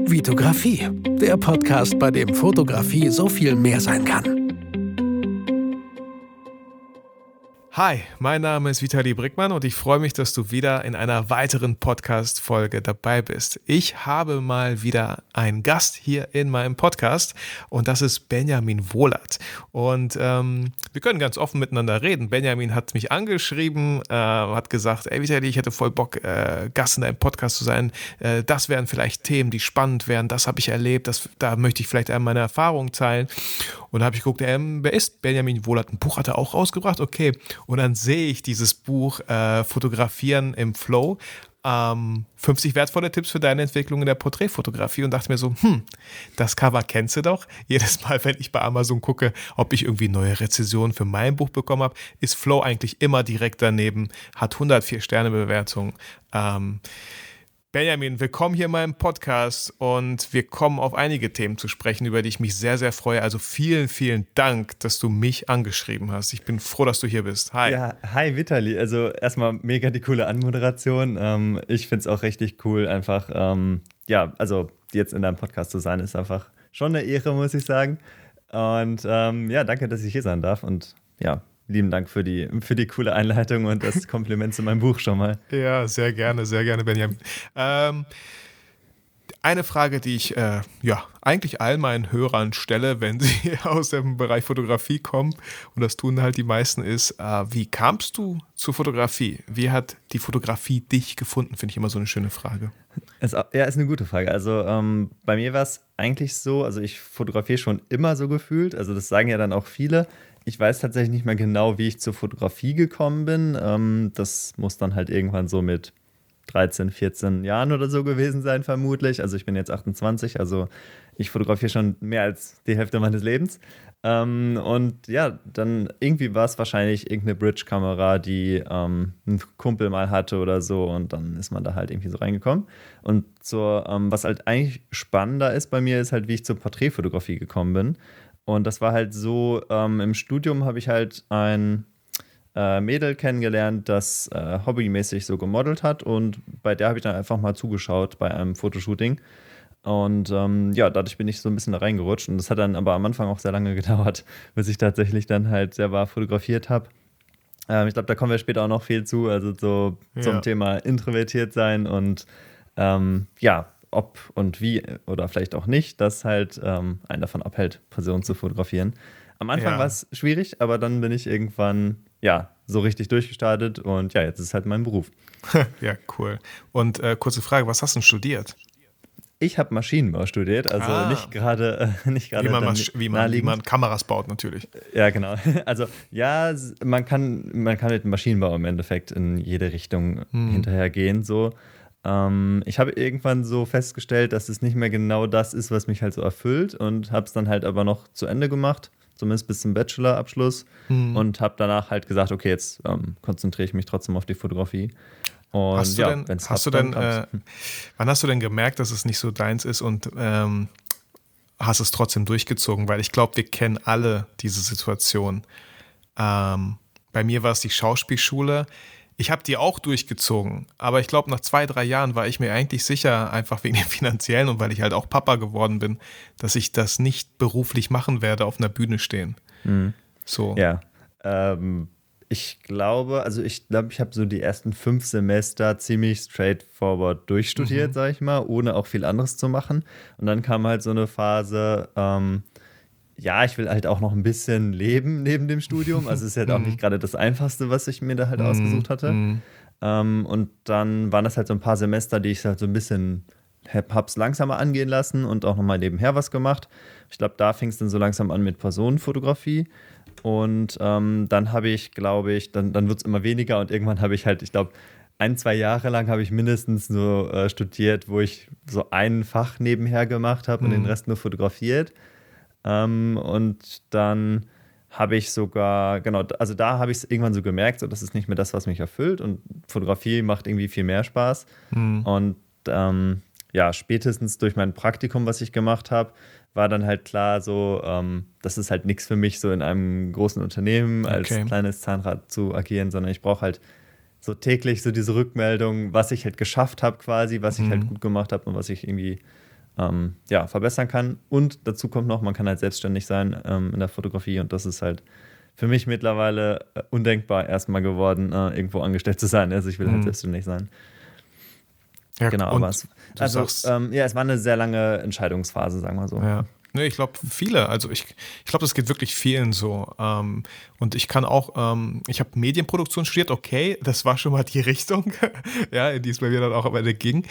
Vitografie, der Podcast, bei dem Fotografie so viel mehr sein kann. Hi, mein Name ist Vitali Brickmann und ich freue mich, dass du wieder in einer weiteren Podcast-Folge dabei bist. Ich habe mal wieder einen Gast hier in meinem Podcast und das ist Benjamin Wohlert. Und wir können ganz offen miteinander reden. Benjamin hat mich angeschrieben, hat gesagt, ey Vitali, ich hätte voll Bock, Gast in deinem Podcast zu sein. Das wären vielleicht Themen, die spannend wären. Das habe ich erlebt, da möchte ich vielleicht meine Erfahrungen teilen. Und da habe ich geguckt, wer ist Benjamin Wohlert? Ein Buch hat er auch rausgebracht, okay. Und dann sehe ich dieses Buch Fotografieren im Flow, 50 wertvolle Tipps für deine Entwicklung in der Porträtfotografie und dachte mir so, das Cover kennst du doch. Jedes Mal, wenn ich bei Amazon gucke, ob ich irgendwie neue Rezensionen für mein Buch bekommen habe, ist Flow eigentlich immer direkt daneben, hat 104 Sterne-Bewertungen. Benjamin, willkommen hier in meinem Podcast und wir kommen auf einige Themen zu sprechen, über die ich mich sehr, sehr freue. Also vielen, vielen Dank, dass du mich angeschrieben hast. Ich bin froh, dass du hier bist. Hi. Ja, hi Vitali. Also erstmal mega die coole Anmoderation. Ich finde es auch richtig cool, einfach, also jetzt in deinem Podcast zu sein, ist einfach schon eine Ehre, muss ich sagen. Und danke, dass ich hier sein darf und ja, lieben Dank für die coole Einleitung und das Kompliment zu meinem Buch schon mal. Ja, sehr gerne, Benjamin. Eine Frage, die ich eigentlich all meinen Hörern stelle, wenn sie aus dem Bereich Fotografie kommen, und das tun halt die meisten, ist, wie kamst du zur Fotografie? Wie hat die Fotografie dich gefunden? Finde ich immer so eine schöne Frage. Ist eine gute Frage. Also bei mir war es eigentlich so, also ich fotografiere schon immer so gefühlt, also das sagen ja dann auch viele. Ich weiß tatsächlich nicht mehr genau, wie ich zur Fotografie gekommen bin. Das muss dann halt irgendwann so mit 13, 14 Jahren oder so gewesen sein, vermutlich. Also ich bin jetzt 28, also ich fotografiere schon mehr als die Hälfte meines Lebens. Und ja, dann irgendwie war es wahrscheinlich irgendeine Bridge-Kamera, die ein Kumpel mal hatte oder so. Und dann ist man da halt irgendwie so reingekommen. Und was halt eigentlich spannender ist bei mir, ist halt, wie ich zur Porträtfotografie gekommen bin. Und das war halt so, im Studium habe ich halt ein Mädel kennengelernt, das hobbymäßig so gemodelt hat und bei der habe ich dann einfach mal zugeschaut bei einem Fotoshooting und dadurch bin ich so ein bisschen da reingerutscht und das hat dann aber am Anfang auch sehr lange gedauert, bis ich tatsächlich dann halt selber fotografiert habe. Ich glaube, da kommen wir später auch noch viel zu, also so zum Thema introvertiert sein und ob und wie oder vielleicht auch nicht, das halt einen davon abhält, Personen zu fotografieren. Am Anfang war es schwierig, aber dann bin ich irgendwann so richtig durchgestartet und jetzt ist es halt mein Beruf. Ja, cool. Und kurze Frage, was hast du denn studiert? Ich habe Maschinenbau studiert, also nicht gerade wie man Kameras baut natürlich. Ja, genau. Also man kann mit Maschinenbau im Endeffekt in jede Richtung hinterher gehen, so. Ich habe irgendwann so festgestellt, dass es nicht mehr genau das ist, was mich halt so erfüllt und habe es dann halt aber noch zu Ende gemacht, zumindest bis zum Bachelorabschluss und habe danach halt gesagt, okay, jetzt konzentriere ich mich trotzdem auf die Fotografie. Und wann hast du denn gemerkt, dass es nicht so deins ist und hast es trotzdem durchgezogen? Weil ich glaube, wir kennen alle diese Situation. Bei mir war es die Schauspielschule. Ich habe die auch durchgezogen, aber ich glaube, nach 2-3 Jahren war ich mir eigentlich sicher, einfach wegen dem Finanziellen und weil ich halt auch Papa geworden bin, dass ich das nicht beruflich machen werde, auf einer Bühne stehen. So. Ja, ich glaube, ich habe so die ersten 5 Semester ziemlich straightforward durchstudiert, sag ich mal, ohne auch viel anderes zu machen. Und dann kam halt so eine Phase, ich will halt auch noch ein bisschen leben neben dem Studium. Also es ist halt auch nicht gerade das Einfachste, was ich mir da halt ausgesucht hatte. Und dann waren das halt so ein paar Semester, die ich halt so ein bisschen hab's langsamer angehen lassen und auch nochmal nebenher was gemacht. Ich glaube, da fing es dann so langsam an mit Personenfotografie. Und dann habe ich, glaube ich, dann wird es immer weniger und irgendwann habe ich halt, ich glaube, 1-2 Jahre lang habe ich mindestens so studiert, wo ich so ein Fach nebenher gemacht habe und den Rest nur fotografiert. Und dann habe ich sogar, also da habe ich es irgendwann so gemerkt, so, das ist nicht mehr das, was mich erfüllt und Fotografie macht irgendwie viel mehr Spaß. Und spätestens durch mein Praktikum, was ich gemacht habe, war dann halt klar so, das ist halt nichts für mich, so in einem großen Unternehmen als kleines Zahnrad zu agieren, sondern ich brauche halt so täglich so diese Rückmeldung, was ich halt geschafft habe quasi, was ich halt gut gemacht habe und was ich irgendwie verbessern kann. Und dazu kommt noch, man kann halt selbstständig sein in der Fotografie und das ist halt für mich mittlerweile undenkbar erstmal geworden, irgendwo angestellt zu sein. Also ich will halt selbstständig sein. Ja, genau, aber es war eine sehr lange Entscheidungsphase, sagen wir so. Ja. Nee, ich glaube, viele, also ich glaube, das geht wirklich vielen so. Und ich kann auch, ich habe Medienproduktion studiert, okay, das war schon mal die Richtung, ja, in die es bei mir dann auch am Ende ging.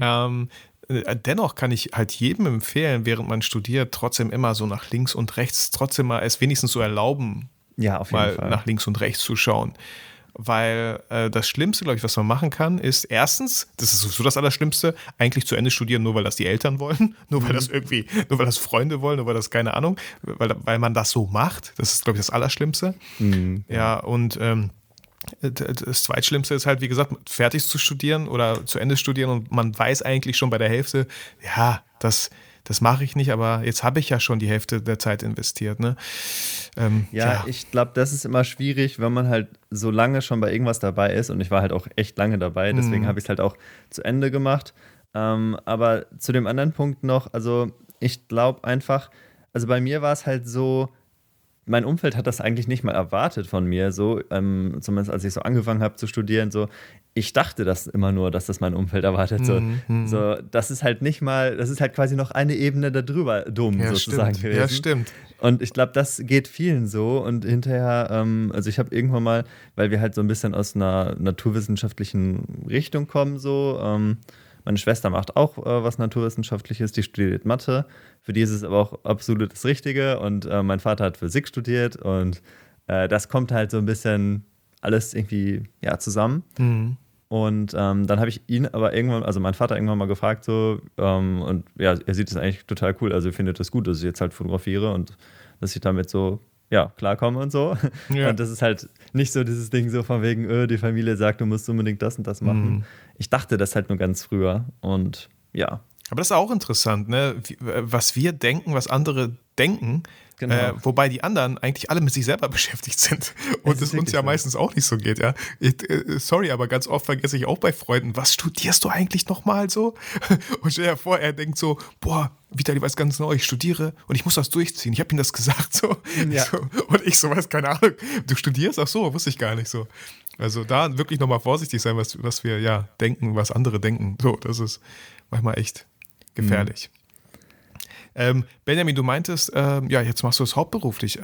Dennoch kann ich halt jedem empfehlen, während man studiert, trotzdem immer so nach links und rechts, trotzdem mal es wenigstens so erlauben, auf jeden Fall nach links und rechts zu schauen. Weil das Schlimmste, glaube ich, was man machen kann, ist erstens, das ist sowieso das Allerschlimmste, eigentlich zu Ende studieren, nur weil das die Eltern wollen, nur weil das Freunde wollen, nur weil das, keine Ahnung, weil man das so macht. Das ist, glaube ich, das Allerschlimmste. Ja, und das Zweitschlimmste ist halt, wie gesagt, fertig zu studieren oder zu Ende studieren und man weiß eigentlich schon bei der Hälfte, ja, das mache ich nicht, aber jetzt habe ich ja schon die Hälfte der Zeit investiert. Ne? Ich glaube, das ist immer schwierig, wenn man halt so lange schon bei irgendwas dabei ist und ich war halt auch echt lange dabei, deswegen habe ich es halt auch zu Ende gemacht. Aber zu dem anderen Punkt noch, also ich glaube einfach, also bei mir war es halt so, mein Umfeld hat das eigentlich nicht mal erwartet von mir, so, zumindest als ich so angefangen habe zu studieren, so, ich dachte das immer nur, dass das mein Umfeld erwartet, so, das ist halt nicht mal, das ist halt quasi noch eine Ebene darüber dumm, sozusagen gewesen. Ja, stimmt. Und ich glaube, das geht vielen so und hinterher, also ich habe irgendwann mal, weil wir halt so ein bisschen aus einer naturwissenschaftlichen Richtung kommen, so, meine Schwester macht auch was Naturwissenschaftliches, die studiert Mathe. Für die ist es aber auch absolut das Richtige. Und mein Vater hat Physik studiert und das kommt halt so ein bisschen alles irgendwie zusammen. Und dann habe ich ihn aber irgendwann, also meinen Vater irgendwann mal gefragt, so, und ja, er sieht das eigentlich total cool. Also er findet das gut, dass ich jetzt halt fotografiere und dass ich damit so klarkomme und so. Ja. Und das ist halt nicht so dieses Ding so von wegen, die Familie sagt, du musst unbedingt das und das machen. Ich dachte das halt nur ganz früher und ja. Aber das ist auch interessant, ne? Was wir denken, was andere denken, genau. Wobei die anderen eigentlich alle mit sich selber beschäftigt sind und es uns ja meistens auch nicht so geht, ja. Sorry, aber ganz oft vergesse ich auch bei Freunden, was studierst du eigentlich nochmal so? Und stell dir vor, er denkt so, boah, Vitali weiß ganz genau, ich studiere und ich muss das durchziehen. Ich habe ihm das gesagt so. Ja. Und ich so, weiß keine Ahnung, du studierst? Ach so, wusste ich gar nicht so. Also da wirklich nochmal vorsichtig sein, was wir denken, was andere denken. So, das ist manchmal echt gefährlich. Benjamin, du meintest, jetzt machst du es hauptberuflich.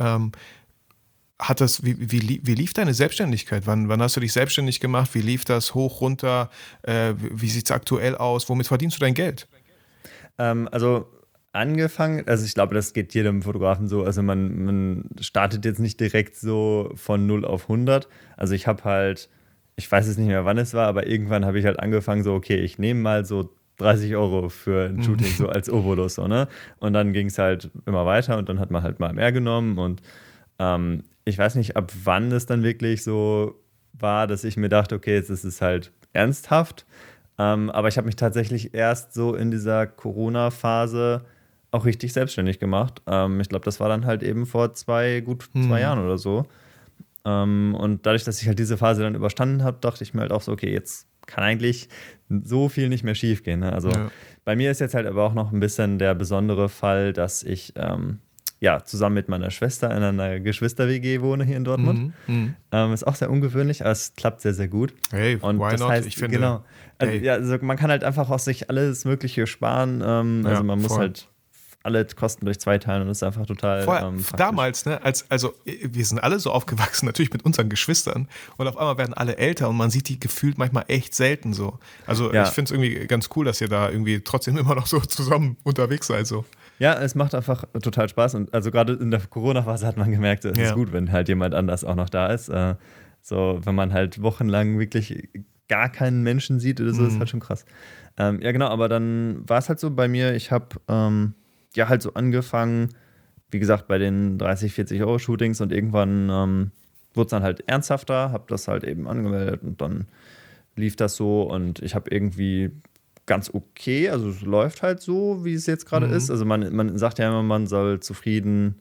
Wie lief deine Selbstständigkeit? Wann hast du dich selbstständig gemacht? Wie lief das hoch, runter? Wie sieht es aktuell aus? Womit verdienst du dein Geld? Also angefangen, also ich glaube, das geht jedem Fotografen so, also man startet jetzt nicht direkt so von 0 auf 100. Also ich habe halt, ich weiß jetzt nicht mehr, wann es war, aber irgendwann habe ich halt angefangen so, okay, ich nehme mal so 30 € für ein Shooting, so als Obolus, so, ne? Und dann ging es halt immer weiter und dann hat man halt mal mehr genommen und ich weiß nicht, ab wann es dann wirklich so war, dass ich mir dachte, okay, jetzt ist es halt ernsthaft. Aber ich habe mich tatsächlich erst so in dieser Corona-Phase auch richtig selbstständig gemacht. Ich glaube, das war dann halt eben vor gut 2 Jahren oder so. Und dadurch, dass ich halt diese Phase dann überstanden habe, dachte ich mir halt auch so, okay, jetzt kann eigentlich so viel nicht mehr schief gehen. Ne? Also bei mir ist jetzt halt aber auch noch ein bisschen der besondere Fall, dass ich zusammen mit meiner Schwester in einer Geschwister-WG wohne hier in Dortmund. Ist auch sehr ungewöhnlich, aber es klappt sehr, sehr gut. Hey, und why das not? heißt, Ich finde, genau. Also man kann halt einfach aus sich alles Mögliche sparen. Also man muss halt alle Kosten durch 2 teilen und das ist einfach total damals, ne, wir sind alle so aufgewachsen, natürlich mit unseren Geschwistern und auf einmal werden alle älter und man sieht die gefühlt manchmal echt selten so. Also ich finde es irgendwie ganz cool, dass ihr da irgendwie trotzdem immer noch so zusammen unterwegs seid so. Ja, es macht einfach total Spaß und also gerade in der Corona-Phase hat man gemerkt, es ist gut, wenn halt jemand anders auch noch da ist. So, wenn man halt wochenlang wirklich gar keinen Menschen sieht oder so, ist halt schon krass. Genau, aber dann war es halt so bei mir, ich habe halt so angefangen, wie gesagt, bei den 30, 40 € Shootings und irgendwann wurde es dann halt ernsthafter, habe das halt eben angemeldet und dann lief das so und ich habe irgendwie ganz okay, also es läuft halt so, wie es jetzt gerade ist. Also man sagt ja immer, man soll zufrieden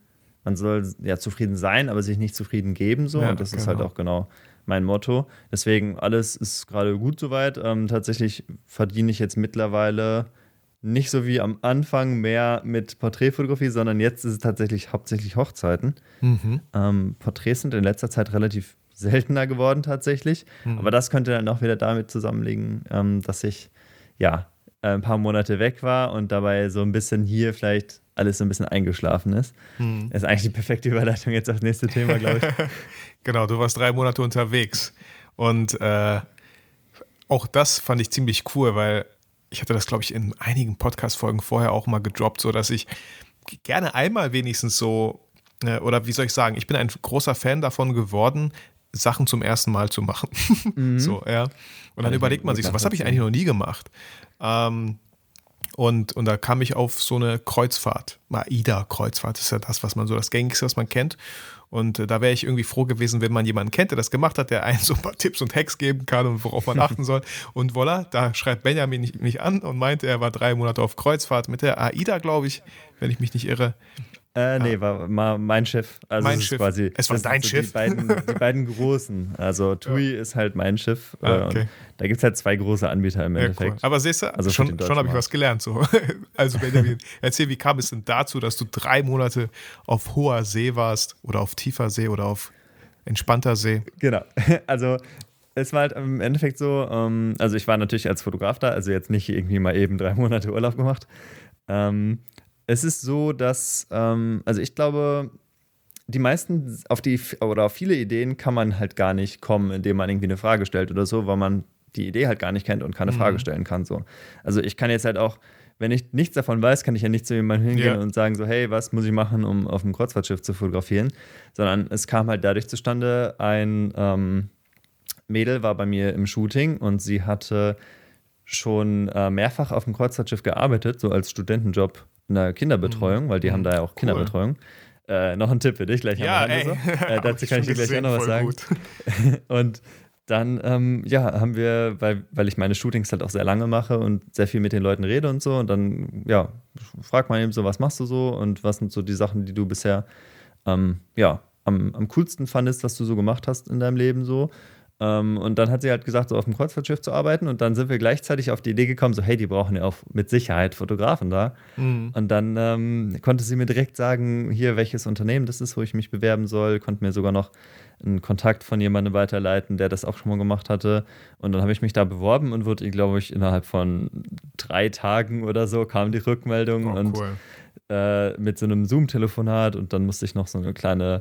sein, aber sich nicht zufrieden geben so und das ist halt auch genau mein Motto. Deswegen, alles ist gerade gut soweit. Tatsächlich verdiene ich jetzt mittlerweile nicht so wie am Anfang mehr mit Porträtfotografie, sondern jetzt ist es tatsächlich hauptsächlich Hochzeiten. Porträts sind in letzter Zeit relativ seltener geworden tatsächlich. Aber das könnte dann auch wieder damit zusammenliegen, dass ich ein paar Monate weg war und dabei so ein bisschen hier vielleicht alles so ein bisschen eingeschlafen ist. Das ist eigentlich die perfekte Überleitung jetzt aufs nächste Thema, glaube ich. Genau, du warst 3 Monate unterwegs. Und auch das fand ich ziemlich cool, weil ich hatte das, glaube ich, in einigen Podcast-Folgen vorher auch mal gedroppt, so dass ich gerne einmal wenigstens so, oder wie soll ich sagen, ich bin ein großer Fan davon geworden, Sachen zum ersten Mal zu machen. So, ja. Und dann überlegt man sich so, was habe ich eigentlich noch nie gemacht? Und da kam ich auf so eine Kreuzfahrt, AIDA-Kreuzfahrt, ist ja das, man so das Gängigste, was man kennt. Und da wäre ich irgendwie froh gewesen, wenn man jemanden kennt, der das gemacht hat, der einen so ein paar Tipps und Hacks geben kann und worauf man achten soll. Und voilà, da schreibt Benjamin mich an und meinte, er war 3 Monate auf Kreuzfahrt mit der AIDA, glaube ich, wenn ich mich nicht irre. Nee, war mal mein Schiff. Also mein Schiff. Quasi, es war dein so Schiff? Die beiden großen. Also TUI ist halt mein Schiff. Okay. Und da gibt es halt 2 große Anbieter im Endeffekt. Cool. Aber siehst du, also schon habe ich was gelernt. So. Also Benjamin, erzähl, wie kam es denn dazu, dass du 3 Monate auf hoher See warst oder auf tiefer See oder auf entspannter See? Genau. Also es war halt im Endeffekt so, also ich war natürlich als Fotograf da, also jetzt nicht irgendwie mal eben 3 Monate Urlaub gemacht. Es ist so, dass, also ich glaube, die meisten auf viele Ideen kann man halt gar nicht kommen, indem man irgendwie eine Frage stellt oder so, weil man die Idee halt gar nicht kennt und keine Frage stellen kann. So. Also ich kann jetzt halt auch, wenn ich nichts davon weiß, kann ich ja nicht zu jemandem hingehen und sagen so, hey, was muss ich machen, um auf dem Kreuzfahrtschiff zu fotografieren? Sondern es kam halt dadurch zustande, ein Mädel war bei mir im Shooting und sie hatte schon mehrfach auf dem Kreuzfahrtschiff gearbeitet, so als Studentenjob in der Kinderbetreuung, weil die haben da ja auch Kinderbetreuung. Noch ein Tipp für dich, gleich am Ende so. Dazu kann ich dir gleich auch noch was sagen. Und dann, haben wir, weil ich meine Shootings halt auch sehr lange mache und sehr viel mit den Leuten rede und so, und dann, fragt man eben so, was machst du so und was sind so die Sachen, die du bisher, am coolsten fandest, was du so gemacht hast in deinem Leben so. Und dann hat sie halt gesagt, so auf dem Kreuzfahrtschiff zu arbeiten, und dann sind wir gleichzeitig auf die Idee gekommen, so hey, die brauchen ja auch mit Sicherheit Fotografen da. Und dann konnte sie mir direkt sagen, hier, welches Unternehmen das ist, wo ich mich bewerben soll, konnte mir sogar noch einen Kontakt von jemandem weiterleiten, der das auch schon mal gemacht hatte. Und dann habe ich mich da beworben und wurde, glaube ich, innerhalb von 3 Tagen oder so kam die Rückmeldung mit so einem Zoom-Telefonat, und dann musste ich noch so eine kleine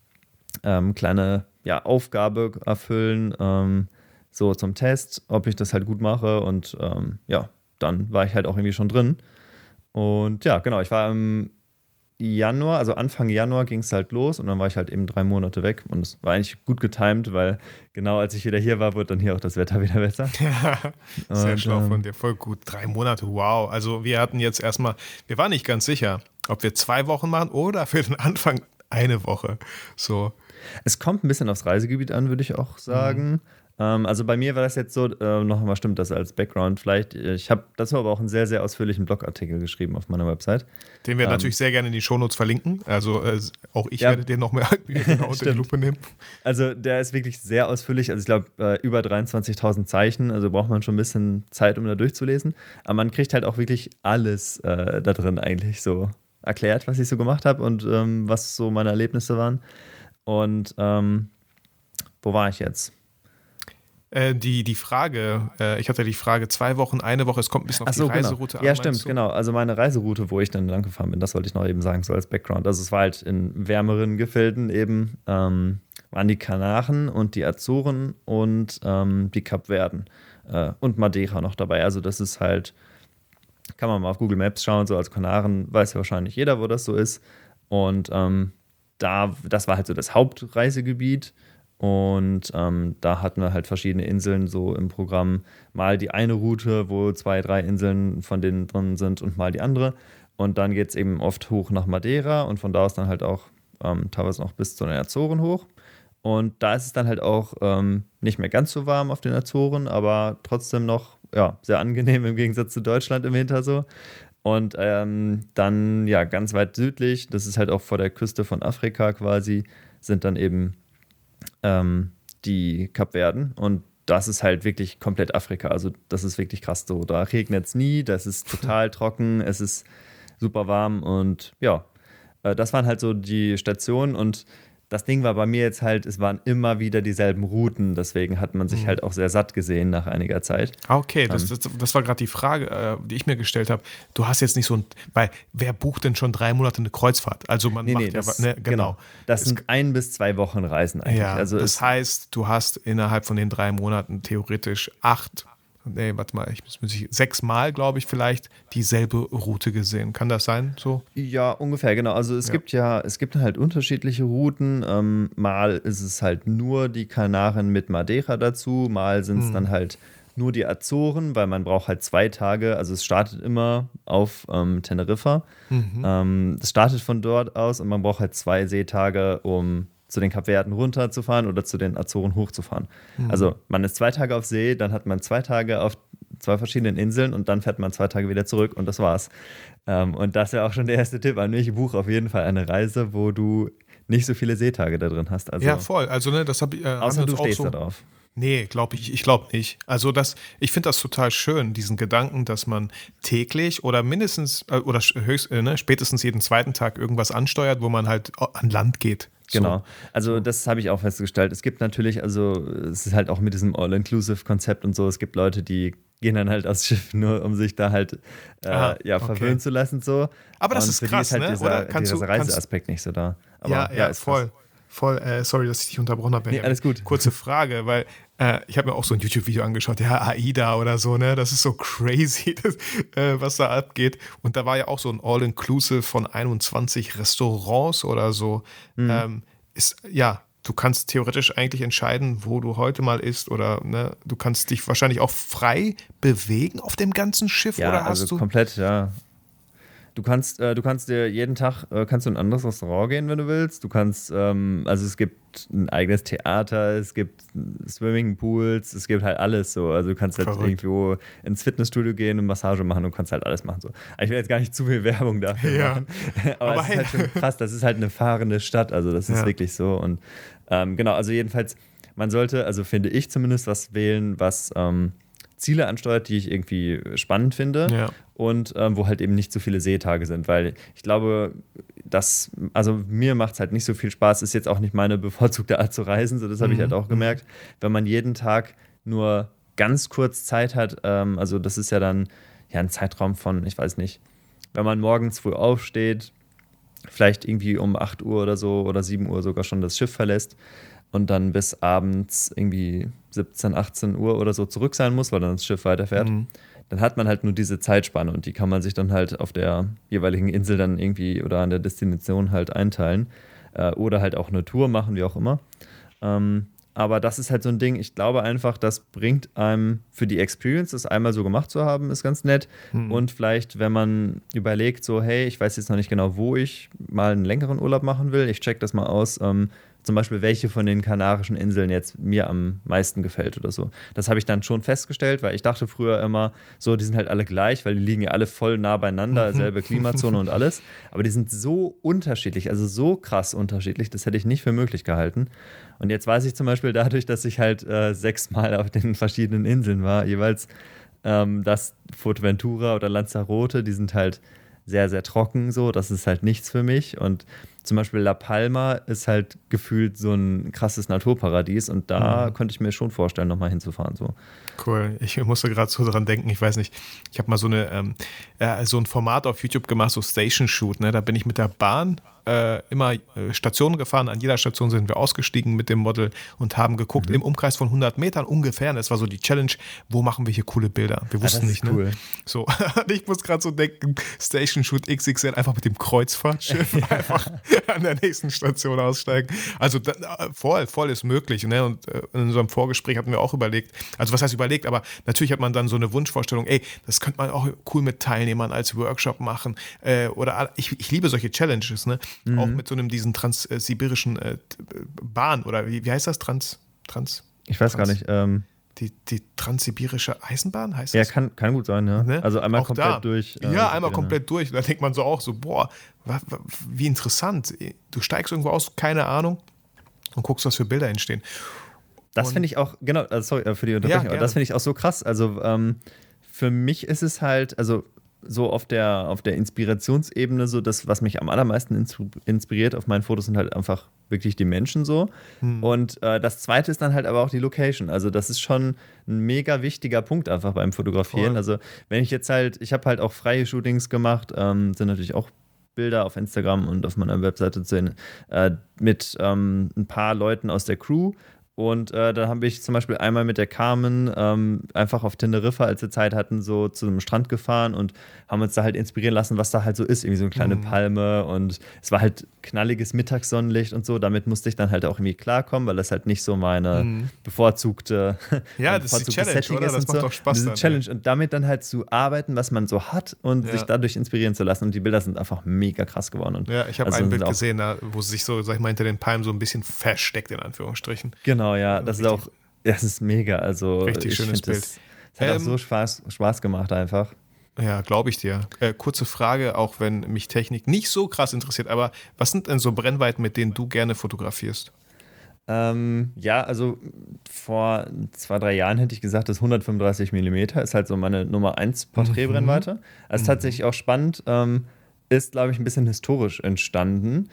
Aufgabe erfüllen, so zum Test, ob ich das halt gut mache, und dann war ich halt auch irgendwie schon drin. Und ja, genau, ich war im Januar, also Anfang Januar ging es halt los, und dann war ich halt eben 3 Monate weg, und es war eigentlich gut getimt, weil genau als ich wieder hier war, wurde dann hier auch das Wetter wieder besser. Ja, sehr schlau von dir, voll gut. 3 Monate, wow. Also wir hatten jetzt erstmal, wir waren nicht ganz sicher, ob wir 2 Wochen machen oder für den Anfang 1 Woche. So. Es kommt ein bisschen aufs Reisegebiet an, würde ich auch sagen. Also bei mir war das jetzt so, nochmal stimmt das als Background vielleicht, ich habe dazu aber auch einen sehr, sehr ausführlichen Blogartikel geschrieben auf meiner Website. Den wir natürlich sehr gerne in die Shownotes verlinken, also auch ich werde den noch mehr genau unter die Lupe nehmen. Also der ist wirklich sehr ausführlich, also ich glaube über 23.000 Zeichen, also braucht man schon ein bisschen Zeit, um da durchzulesen, aber man kriegt halt auch wirklich alles da drin eigentlich so erklärt, was ich so gemacht habe und was so meine Erlebnisse waren. Und wo war ich jetzt? Die Frage, ich hatte die Frage 2 Wochen, 1 Woche, es kommt ein bisschen auf die Reiseroute an. Ja, stimmt, genau. Also meine Reiseroute, wo ich dann lang gefahren bin, das wollte ich noch eben sagen, so als Background. Also es war halt in wärmeren Gefilden eben, waren die Kanaren und die Azoren und die Kapverden und Madeira noch dabei. Also das ist halt, kann man mal auf Google Maps schauen, so als Kanaren weiß ja wahrscheinlich jeder, wo das so ist. Und das war halt so das Hauptreisegebiet. Und da hatten wir halt verschiedene Inseln so im Programm. Mal die eine Route, wo 2, 3 Inseln von denen drin sind, und mal die andere. Und dann geht es eben oft hoch nach Madeira und von da aus dann halt auch teilweise noch bis zu den Azoren hoch. Und da ist es dann halt auch nicht mehr ganz so warm auf den Azoren, aber trotzdem noch sehr angenehm im Gegensatz zu Deutschland im Winter so. Und dann ganz weit südlich, das ist halt auch vor der Küste von Afrika quasi, sind dann eben die Kapverden, und das ist halt wirklich komplett Afrika. Also das ist wirklich krass so. Da regnet es nie, das ist total trocken, es ist super warm und ja, das waren halt so die Stationen und das Ding war bei mir jetzt halt, es waren immer wieder dieselben Routen, deswegen hat man sich halt auch sehr satt gesehen nach einiger Zeit. Okay, das war gerade die Frage, die ich mir gestellt habe. Du hast jetzt nicht so ein, weil wer bucht denn schon 3 Monate eine Kreuzfahrt? Also man macht das, ja, genau. Das sind 1 bis 2 Wochen Reisen eigentlich. Ja, also das heißt, du hast innerhalb von den 3 Monaten theoretisch 6 Mal, glaube ich, vielleicht dieselbe Route gesehen. Kann das sein? So? Ja, ungefähr, genau. Also es gibt halt unterschiedliche Routen. Mal ist es halt nur die Kanaren mit Madeira dazu, mal sind es dann halt nur die Azoren, weil man braucht halt 2 Tage. Also es startet immer auf Teneriffa. Es startet von dort aus und man braucht halt 2 Seetage, um zu den Kapverden runterzufahren oder zu den Azoren hochzufahren. Also man ist 2 Tage auf See, dann hat man 2 Tage auf 2 verschiedenen Inseln und dann fährt man 2 Tage wieder zurück und das war's. Und das wäre auch schon der erste Tipp an mich. Buch auf jeden Fall eine Reise, wo du nicht so viele Seetage da drin hast. Also, ja, voll. Also das habe ich außer du stehst da drauf. Nee, glaube ich. Ich glaube nicht. Also ich finde das total schön, diesen Gedanken, dass man täglich oder mindestens oder spätestens jeden 2. Tag irgendwas ansteuert, wo man halt an Land geht. So. Genau, also das habe ich auch festgestellt. Es gibt natürlich, also es ist halt auch mit diesem All-Inclusive-Konzept und so, es gibt Leute, die gehen dann halt aufs Schiff nur, um sich da halt verwöhnen zu lassen. So. Aber das ist krass, halt ne? Dieser Reiseaspekt nicht so da. Aber, ja, voll. Sorry, dass ich dich unterbrochen habe. Nee, alles gut. Kurze Frage, weil ich habe mir auch so ein YouTube-Video angeschaut, ja, AIDA oder so, ne? Das ist so crazy, was da abgeht. Und da war ja auch so ein All-Inclusive von 21 Restaurants oder so. Du kannst theoretisch eigentlich entscheiden, wo du heute mal isst oder ne, du kannst dich wahrscheinlich auch frei bewegen auf dem ganzen Schiff ja, oder hast also du komplett, ja. Du kannst dir jeden Tag kannst du in ein anderes Restaurant gehen, wenn du willst. Du kannst, also es gibt ein eigenes Theater, es gibt Swimmingpools, es gibt halt alles so. Also du kannst halt irgendwo ins Fitnessstudio gehen und Massage machen und kannst halt alles machen so. Aber ich will jetzt gar nicht zu viel Werbung dafür machen. Aber es ist halt schon krass, das ist halt eine fahrende Stadt, also das ist wirklich so. Und genau, also jedenfalls, man sollte, also finde ich zumindest, was wählen, was Ziele ansteuert, die ich irgendwie spannend finde und wo halt eben nicht so viele Seetage sind, weil ich glaube, also mir macht es halt nicht so viel Spaß, ist jetzt auch nicht meine bevorzugte Art zu reisen, so das habe ich halt auch gemerkt, wenn man jeden Tag nur ganz kurz Zeit hat, also das ist ja dann ein Zeitraum von, ich weiß nicht, wenn man morgens früh aufsteht, vielleicht irgendwie um 8 Uhr oder so oder 7 Uhr sogar schon das Schiff verlässt, und dann bis abends irgendwie 17, 18 Uhr oder so zurück sein muss, weil dann das Schiff weiterfährt, dann hat man halt nur diese Zeitspanne und die kann man sich dann halt auf der jeweiligen Insel dann irgendwie oder an der Destination halt einteilen oder halt auch eine Tour machen, wie auch immer. Aber das ist halt so ein Ding, ich glaube einfach, das bringt einem für die Experience, das einmal so gemacht zu haben, ist ganz nett. Und vielleicht, wenn man überlegt, so hey, ich weiß jetzt noch nicht genau, wo ich mal einen längeren Urlaub machen will, ich check das mal aus, zum Beispiel, welche von den Kanarischen Inseln jetzt mir am meisten gefällt oder so. Das habe ich dann schon festgestellt, weil ich dachte früher immer, so, die sind halt alle gleich, weil die liegen ja alle voll nah beieinander, selbe Klimazone und alles. Aber die sind so unterschiedlich, also so krass unterschiedlich, das hätte ich nicht für möglich gehalten. Und jetzt weiß ich zum Beispiel dadurch, dass ich halt 6 Mal auf den verschiedenen Inseln war, jeweils das Fuerteventura oder Lanzarote, die sind halt sehr, sehr trocken so, das ist halt nichts für mich und zum Beispiel La Palma ist halt gefühlt so ein krasses Naturparadies und da könnte ich mir schon vorstellen, nochmal hinzufahren. So. Cool. Ich musste gerade so dran denken, ich weiß nicht, ich habe mal so ein Format auf YouTube gemacht, so Station Shoot, ne? Da bin ich mit der Bahn immer Stationen gefahren, an jeder Station sind wir ausgestiegen mit dem Model und haben geguckt, im Umkreis von 100 Metern ungefähr, und das war so die Challenge, wo machen wir hier coole Bilder? Wir wussten nicht, ne? Cool. So, ich muss gerade so denken, Station Shoot XXL, einfach mit dem Kreuzfahrtschiff einfach an der nächsten Station aussteigen. Also voll ist möglich, ne? Und in unserem Vorgespräch hatten wir auch überlegt, also was heißt überlegt, aber natürlich hat man dann so eine Wunschvorstellung, ey, das könnte man auch cool mit Teilnehmern als Workshop machen oder ich liebe solche Challenges, ne? Auch mit so diesen transsibirischen Bahn oder wie heißt das? Ich weiß gar nicht. Die transsibirische Eisenbahn heißt das? Ja, kann gut sein, ja. Ne? Also einmal auch komplett da. durch. Einmal komplett durch. Da denkt man so auch so, boah, wie interessant. Du steigst irgendwo aus, keine Ahnung, und guckst, was für Bilder entstehen. Das finde ich auch, genau, sorry für die Unterbrechung, aber das finde ich auch so krass. Also für mich ist es halt, also so auf der Inspirationsebene, so das, was mich am allermeisten inspiriert auf meinen Fotos, sind halt einfach wirklich die Menschen so. Und das Zweite ist dann halt aber auch die Location. Also das ist schon ein mega wichtiger Punkt einfach beim Fotografieren. Voll. Also wenn ich jetzt halt, ich habe halt auch freie Shootings gemacht, sind natürlich auch Bilder auf Instagram und auf meiner Webseite zu sehen, mit ein paar Leuten aus der Crew. Und da habe ich zum Beispiel einmal mit der Carmen einfach auf Teneriffa, als wir Zeit hatten, so zu einem Strand gefahren und haben uns da halt inspirieren lassen, was da halt so ist. Irgendwie so eine kleine Palme und es war halt knalliges Mittagssonnenlicht und so. Damit musste ich dann halt auch irgendwie klarkommen, weil das halt nicht so meine bevorzugte ja, das ist die Challenge, Setting oder? Das macht doch Spaß. Diese Challenge und damit dann halt zu arbeiten, was man so hat und sich dadurch inspirieren zu lassen. Und die Bilder sind einfach mega krass geworden. Und ja, ich habe ein Bild gesehen, wo sie sich so, sag ich mal, hinter den Palmen so ein bisschen versteckt, in Anführungsstrichen. Genau, ja, das ist mega. Also richtig schönes Bild. Es hat auch so Spaß gemacht einfach. Ja, glaube ich dir. Kurze Frage, auch wenn mich Technik nicht so krass interessiert, aber was sind denn so Brennweiten, mit denen du gerne fotografierst? Ja, also vor 2-3 Jahren hätte ich gesagt, das 135 mm ist halt so meine Nummer 1 Porträtbrennweite. Also tatsächlich auch spannend, ist, glaube ich, ein bisschen historisch entstanden.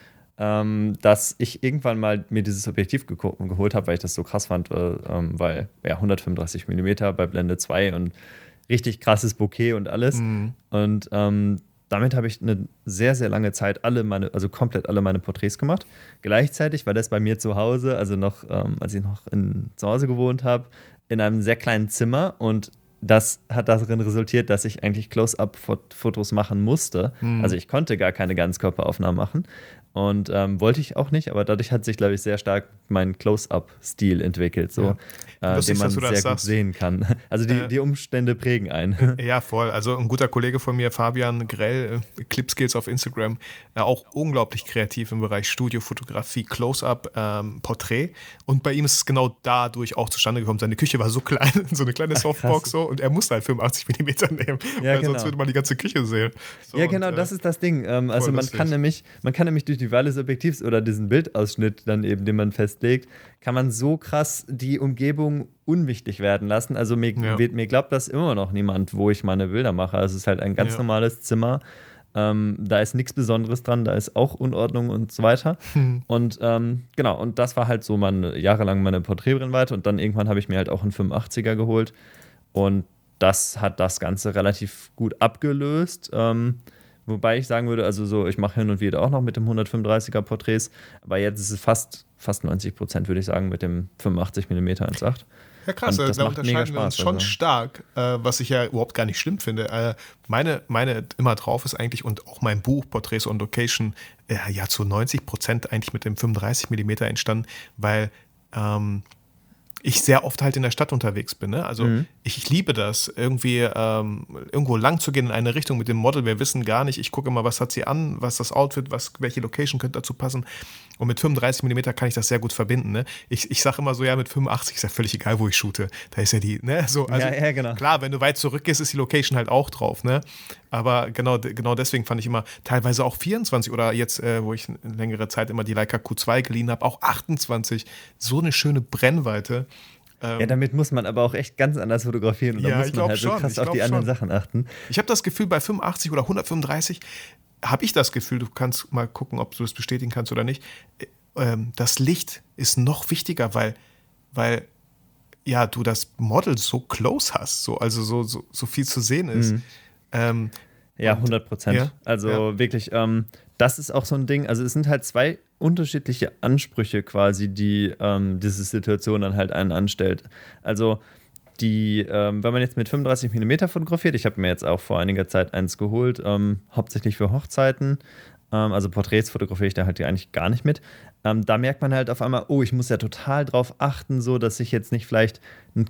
Dass ich irgendwann mal mir dieses Objektiv geholt habe, weil ich das so krass fand, weil 135 mm bei Blende 2 und richtig krasses Bokeh und alles. Und damit habe ich eine sehr, sehr lange Zeit komplett alle meine Porträts gemacht. Gleichzeitig war das bei mir zu Hause, also noch, als ich noch zu Hause gewohnt habe, in einem sehr kleinen Zimmer und das hat darin resultiert, dass ich eigentlich Close-Up-Fotos machen musste. Also ich konnte gar keine Ganzkörperaufnahmen machen und wollte ich auch nicht, aber dadurch hat sich, glaube ich, sehr stark mein Close-Up-Stil entwickelt, so, den man sehr gut sehen kann. Also die Umstände prägen einen. Ja, voll. Also ein guter Kollege von mir, Fabian Grell, Clipskills auf Instagram, auch unglaublich kreativ im Bereich Studiofotografie, Close-Up, Porträt. Und bei ihm ist es genau dadurch auch zustande gekommen. Seine Küche war so klein, so eine kleine Softbox so, und er musste halt 85 mm nehmen, weil sonst würde man die ganze Küche sehen. So, ja, genau, das ist das Ding. Also man kann nämlich durch die Wahl des Objektivs oder diesen Bildausschnitt dann eben, den man festlegt, kann man so krass die Umgebung unwichtig werden lassen. Also mir glaubt das immer noch niemand, wo ich meine Bilder mache. Also es ist halt ein ganz normales Zimmer. Da ist nichts Besonderes dran, da ist auch Unordnung und so weiter. Und genau, und das war halt so jahrelang meine Porträtbrennweite und dann irgendwann habe ich mir halt auch einen 85er geholt und das hat das Ganze relativ gut abgelöst. Wobei ich sagen würde, also so, ich mache hin und wieder auch noch mit dem 135er Porträts, aber jetzt ist es fast 90%, würde ich sagen, mit dem 85 mm 1.8. Ja, krass, da unterscheiden wir uns schon stark, was ich ja überhaupt gar nicht schlimm finde. Meine immer drauf ist eigentlich, und auch mein Buch Portraits on Location, zu 90% eigentlich mit dem 35 mm entstanden, weil ich sehr oft halt in der Stadt unterwegs bin. Ne? Also ich liebe das, irgendwie irgendwo lang zu gehen in eine Richtung mit dem Model. Wir wissen gar nicht, ich gucke immer, was hat sie an, was das Outfit, welche Location könnte dazu passen. Und mit 35 mm kann ich das sehr gut verbinden. Ne? Ich sage immer so, ja, mit 85 ist ja völlig egal, wo ich shoote. Da ist ja die, ne? So, also, ja, genau. Klar, wenn du weit zurückgehst, ist die Location halt auch drauf. Ne? Aber genau deswegen fand ich immer teilweise auch 24 oder jetzt, wo ich eine längere Zeit immer die Leica Q2 geliehen habe, auch 28. So eine schöne Brennweite. Ja, damit muss man aber auch echt ganz anders fotografieren und da muss man halt so krass auf die anderen Sachen achten. Ich habe das Gefühl, bei 85 oder 135 habe ich das Gefühl, du kannst mal gucken, ob du das bestätigen kannst oder nicht, das Licht ist noch wichtiger, weil ja, du das Model so close hast, also so viel zu sehen ist. Ja, 100%. Ja, also wirklich, das ist auch so ein Ding, also es sind halt zwei unterschiedliche Ansprüche quasi, die diese Situation dann halt einen anstellt. Also wenn man jetzt mit 35 mm fotografiert, ich habe mir jetzt auch vor einiger Zeit eins geholt, hauptsächlich für Hochzeiten, also Porträts fotografiere ich da halt eigentlich gar nicht mit. Da merkt man halt auf einmal, ich muss ja total drauf achten, so dass ich jetzt nicht vielleicht ein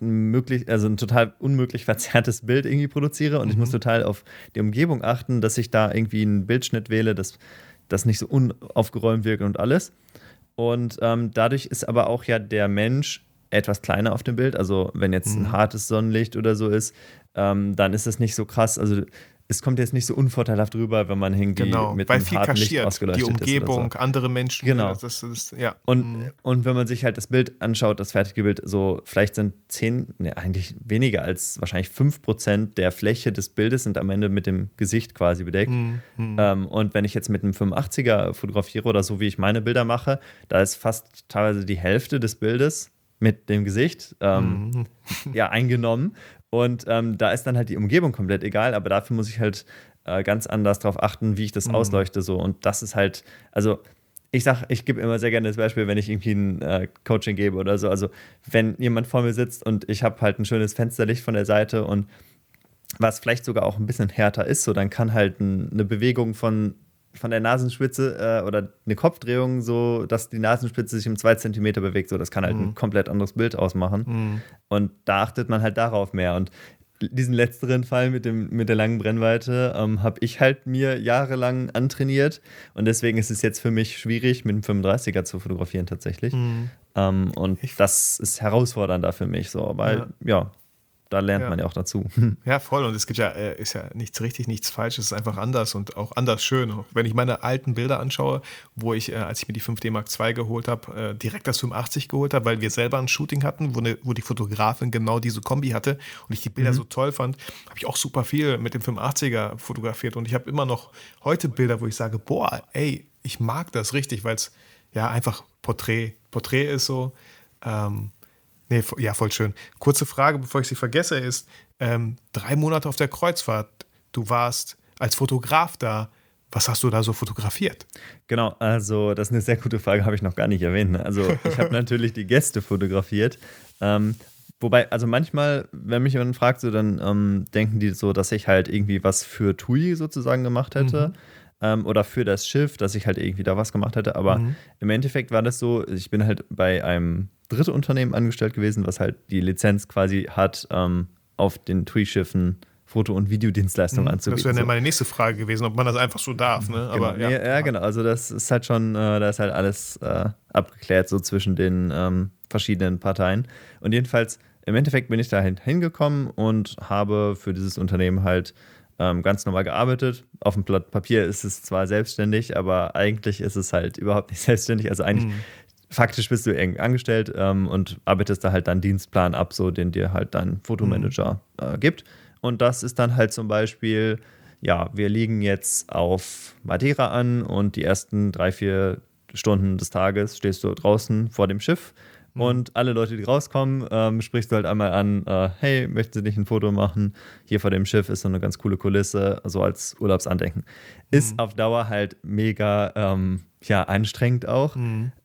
total unmöglich verzerrtes Bild irgendwie produziere und ich muss total auf die Umgebung achten, dass ich da irgendwie einen Bildschnitt wähle, das nicht so unaufgeräumt wirkt und alles. Und dadurch ist aber auch ja der Mensch etwas kleiner auf dem Bild. Also wenn jetzt ein hartes Sonnenlicht oder so ist, dann ist das nicht so krass. Also es kommt jetzt nicht so unvorteilhaft rüber, wenn man irgendwie mit einem harten Licht ausgeleuchtet ist. Die Umgebung, so. andere Menschen. Genau. Das ist, ja. Und wenn man sich halt das Bild anschaut, das fertige Bild, so vielleicht sind eigentlich weniger als wahrscheinlich 5% der Fläche des Bildes sind am Ende mit dem Gesicht quasi bedeckt. Und wenn ich jetzt mit einem 85er fotografiere oder so, wie ich meine Bilder mache, da ist fast teilweise die Hälfte des Bildes mit dem Gesicht eingenommen. Und da ist dann halt die Umgebung komplett egal, aber dafür muss ich halt ganz anders darauf achten, wie ich das ausleuchte. So. Und das ist halt, also ich gebe immer sehr gerne das Beispiel, wenn ich irgendwie ein Coaching gebe oder so. Also wenn jemand vor mir sitzt und ich habe halt ein schönes Fensterlicht von der Seite und was vielleicht sogar auch ein bisschen härter ist, so dann kann halt eine Bewegung von der Nasenspitze oder eine Kopfdrehung so, dass die Nasenspitze sich um 2 Zentimeter bewegt, so das kann halt ein komplett anderes Bild ausmachen. Und da achtet man halt darauf mehr. Und diesen letzteren Fall mit der langen Brennweite habe ich halt mir jahrelang antrainiert und deswegen ist es jetzt für mich schwierig, mit dem 35er zu fotografieren tatsächlich. Und das ist herausfordernder für mich, so, weil da lernt man ja auch dazu. Ja, voll. Und es gibt ist ja nichts richtig, nichts falsch. Es ist einfach anders und auch anders schön. Auch wenn ich meine alten Bilder anschaue, wo ich, als ich mir die 5D Mark II geholt habe, direkt das 85 geholt habe, weil wir selber ein Shooting hatten, wo die Fotografin genau diese Kombi hatte und ich die Bilder so toll fand, habe ich auch super viel mit dem 85er fotografiert. Und ich habe immer noch heute Bilder, wo ich sage, boah, ey, ich mag das richtig, weil es ja einfach Porträt ist so. Nee, ja, voll schön. Kurze Frage, bevor ich sie vergesse, ist 3 Monate auf der Kreuzfahrt. Du warst als Fotograf da. Was hast du da so fotografiert? Genau, also das ist eine sehr gute Frage, habe ich noch gar nicht erwähnt. Ne? Also ich habe natürlich die Gäste fotografiert. Wobei, also manchmal, wenn mich jemand fragt, so, dann denken die so, dass ich halt irgendwie was für TUI sozusagen gemacht hätte. Oder für das Schiff, dass ich halt irgendwie da was gemacht hätte. Aber im Endeffekt war das so, ich bin halt bei einem Drittunternehmen angestellt gewesen, was halt die Lizenz quasi hat, auf den TUI-Schiffen Foto- und Videodienstleistungen anzubieten. Das wäre ja meine nächste Frage gewesen, ob man das einfach so darf. Ne? Aber, genau. Ja, genau. Also das ist halt schon, da ist halt alles abgeklärt so zwischen den verschiedenen Parteien. Und jedenfalls, im Endeffekt bin ich da hingekommen und habe für dieses Unternehmen halt ganz normal gearbeitet. Auf dem Blatt Papier ist es zwar selbstständig, aber eigentlich ist es halt überhaupt nicht selbstständig. Also eigentlich faktisch bist du irgendwie angestellt und arbeitest da halt deinen Dienstplan ab, so den dir halt dein Fotomanager gibt. Und das ist dann halt zum Beispiel, ja, wir liegen jetzt auf Madeira an und die ersten 3-4 Stunden des Tages stehst du draußen vor dem Schiff. Und alle Leute, die rauskommen, sprichst du halt einmal an, hey, möchten Sie nicht ein Foto machen? Hier vor dem Schiff ist so eine ganz coole Kulisse, so als Urlaubsandenken. Ist auf Dauer halt mega anstrengend auch.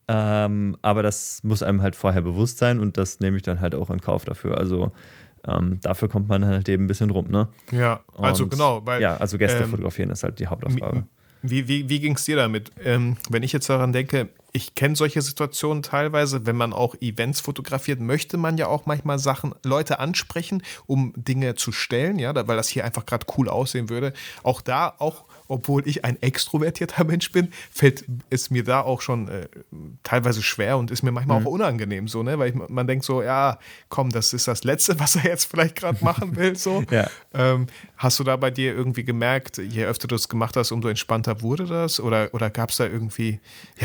Aber das muss einem halt vorher bewusst sein und das nehme ich dann halt auch in Kauf dafür. Also dafür kommt man halt eben ein bisschen rum, ne? Ja, also genau. Weil, also Gäste fotografieren ist halt die Hauptaufgabe. Wie ging es dir damit? Wenn ich jetzt daran denke, ich kenne solche Situationen teilweise, wenn man auch Events fotografiert, möchte man ja auch manchmal Leute ansprechen, um Dinge zu stellen, ja, weil das hier einfach gerade cool aussehen würde. Auch obwohl ich ein extrovertierter Mensch bin, fällt es mir da auch schon teilweise schwer und ist mir manchmal auch unangenehm, so, ne, weil man denkt so, ja, komm, das ist das Letzte, was er jetzt vielleicht gerade machen will, so. Ja. Hast du da bei dir irgendwie gemerkt, je öfter du es gemacht hast, umso entspannter wurde das? Oder gab es da irgendwie,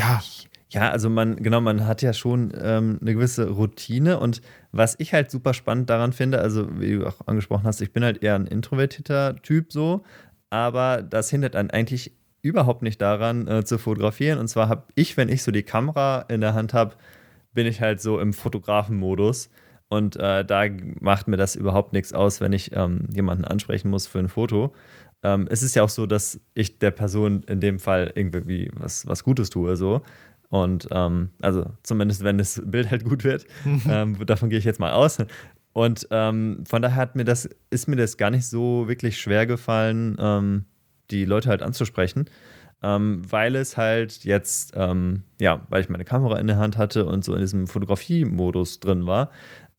Ja, also man hat ja schon eine gewisse Routine und was ich halt super spannend daran finde, also wie du auch angesprochen hast, ich bin halt eher ein introvertierter Typ so, aber das hindert einen eigentlich überhaupt nicht daran zu fotografieren und zwar habe ich, wenn ich so die Kamera in der Hand habe, bin ich halt so im Fotografenmodus und da macht mir das überhaupt nichts aus, wenn ich jemanden ansprechen muss für ein Foto. Es ist ja auch so, dass ich der Person in dem Fall irgendwie was Gutes tue so. Und also zumindest, wenn das Bild halt gut wird, davon gehe ich jetzt mal aus. Und von daher ist mir das gar nicht so wirklich schwer gefallen, die Leute halt anzusprechen, weil es halt jetzt, weil ich meine Kamera in der Hand hatte und so in diesem Fotografie-Modus drin war.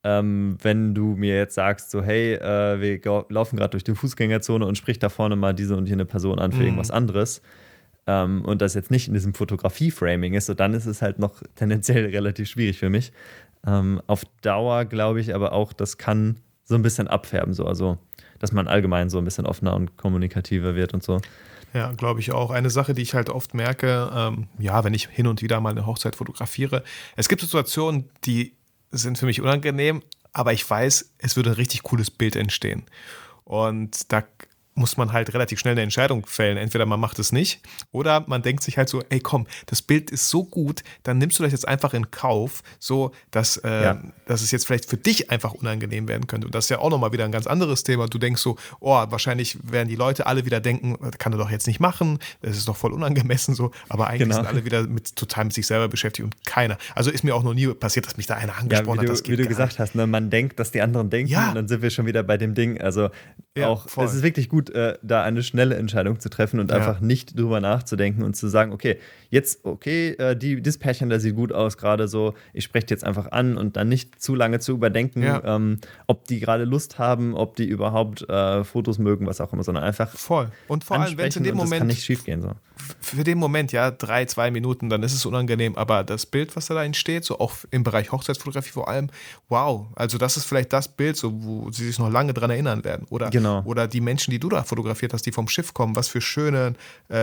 Wenn du mir jetzt sagst, so hey, wir laufen gerade durch die Fußgängerzone und sprich da vorne mal diese und jene Person an für irgendwas anderes, und das jetzt nicht in diesem Fotografie-Framing ist, so dann ist es halt noch tendenziell relativ schwierig für mich. Auf Dauer glaube ich aber auch, das kann so ein bisschen abfärben. So. Also dass man allgemein so ein bisschen offener und kommunikativer wird und so. Ja, glaube ich auch. Eine Sache, die ich halt oft merke, wenn ich hin und wieder mal eine Hochzeit fotografiere, es gibt Situationen, die sind für mich unangenehm, aber ich weiß, es würde ein richtig cooles Bild entstehen. Und da muss man halt relativ schnell eine Entscheidung fällen. Entweder man macht es nicht oder man denkt sich halt so, ey komm, das Bild ist so gut, dann nimmst du das jetzt einfach in Kauf, so dass es jetzt vielleicht für dich einfach unangenehm werden könnte. Und das ist ja auch nochmal wieder ein ganz anderes Thema. Du denkst so, wahrscheinlich werden die Leute alle wieder denken, kann er doch jetzt nicht machen, das ist doch voll unangemessen so, aber eigentlich sind alle wieder total mit sich selber beschäftigt und keiner. Also ist mir auch noch nie passiert, dass mich da einer angesprochen hat. Wie du gesagt hast, ne, man denkt, dass die anderen denken und dann sind wir schon wieder bei dem Ding. Also es ist wirklich gut, da eine schnelle Entscheidung zu treffen und einfach nicht drüber nachzudenken und zu sagen, das Pärchen, da sieht gut aus gerade so, ich spreche die jetzt einfach an und dann nicht zu lange zu überdenken, ob die gerade Lust haben, ob die überhaupt Fotos mögen, was auch immer, sondern einfach voll. Und vor allem, wenn es in dem Moment, das kann nicht schief gehen. So. Für den Moment, 2 Minuten, dann ist es unangenehm, aber das Bild, was da entsteht, so auch im Bereich Hochzeitsfotografie vor allem, wow, also das ist vielleicht das Bild, so, wo sie sich noch lange dran erinnern werden. Oder die Menschen, die du da fotografiert hast, die vom Schiff kommen, was für schöne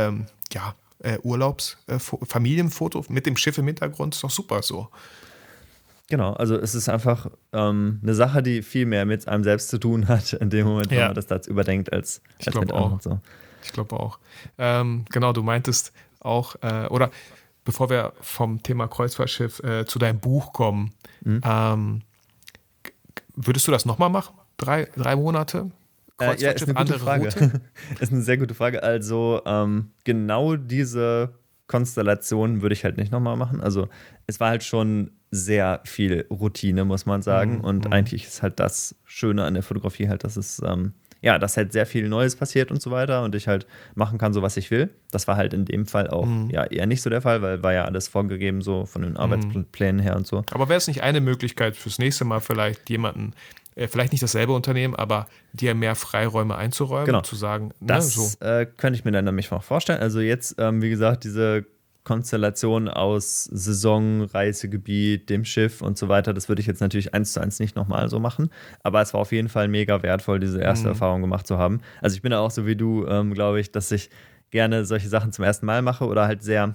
Familienfoto mit dem Schiff im Hintergrund, ist doch super so. Genau, also es ist einfach eine Sache, die viel mehr mit einem selbst zu tun hat, in dem Moment, wenn man das da überdenkt, als mit anderen. So. Ich glaube auch. Genau, du meintest auch, oder bevor wir vom Thema Kreuzfahrtschiff zu deinem Buch kommen, würdest du das nochmal machen? 3 Monate? Ist eine gute Frage. Ist eine sehr gute Frage. Also genau diese Konstellation würde ich halt nicht nochmal machen. Also es war halt schon sehr viel Routine, muss man sagen. Und eigentlich ist halt das Schöne an der Fotografie halt, dass es dass halt sehr viel Neues passiert und so weiter und ich halt machen kann, so was ich will. Das war halt in dem Fall auch eher nicht so der Fall, weil war ja alles vorgegeben, so von den Arbeitsplänen her und so. Aber wäre es nicht eine Möglichkeit fürs nächste Mal vielleicht jemanden, vielleicht nicht dasselbe Unternehmen, aber dir mehr Freiräume einzuräumen und zu sagen, das könnte ich mir dann nämlich mal vorstellen. Also jetzt, wie gesagt, diese Konstellation aus Saison, Reisegebiet, dem Schiff und so weiter, das würde ich jetzt natürlich 1:1 nicht nochmal so machen, aber es war auf jeden Fall mega wertvoll, diese erste Erfahrung gemacht zu haben. Also ich bin ja auch so wie du, glaube ich, dass ich gerne solche Sachen zum ersten Mal mache oder halt sehr,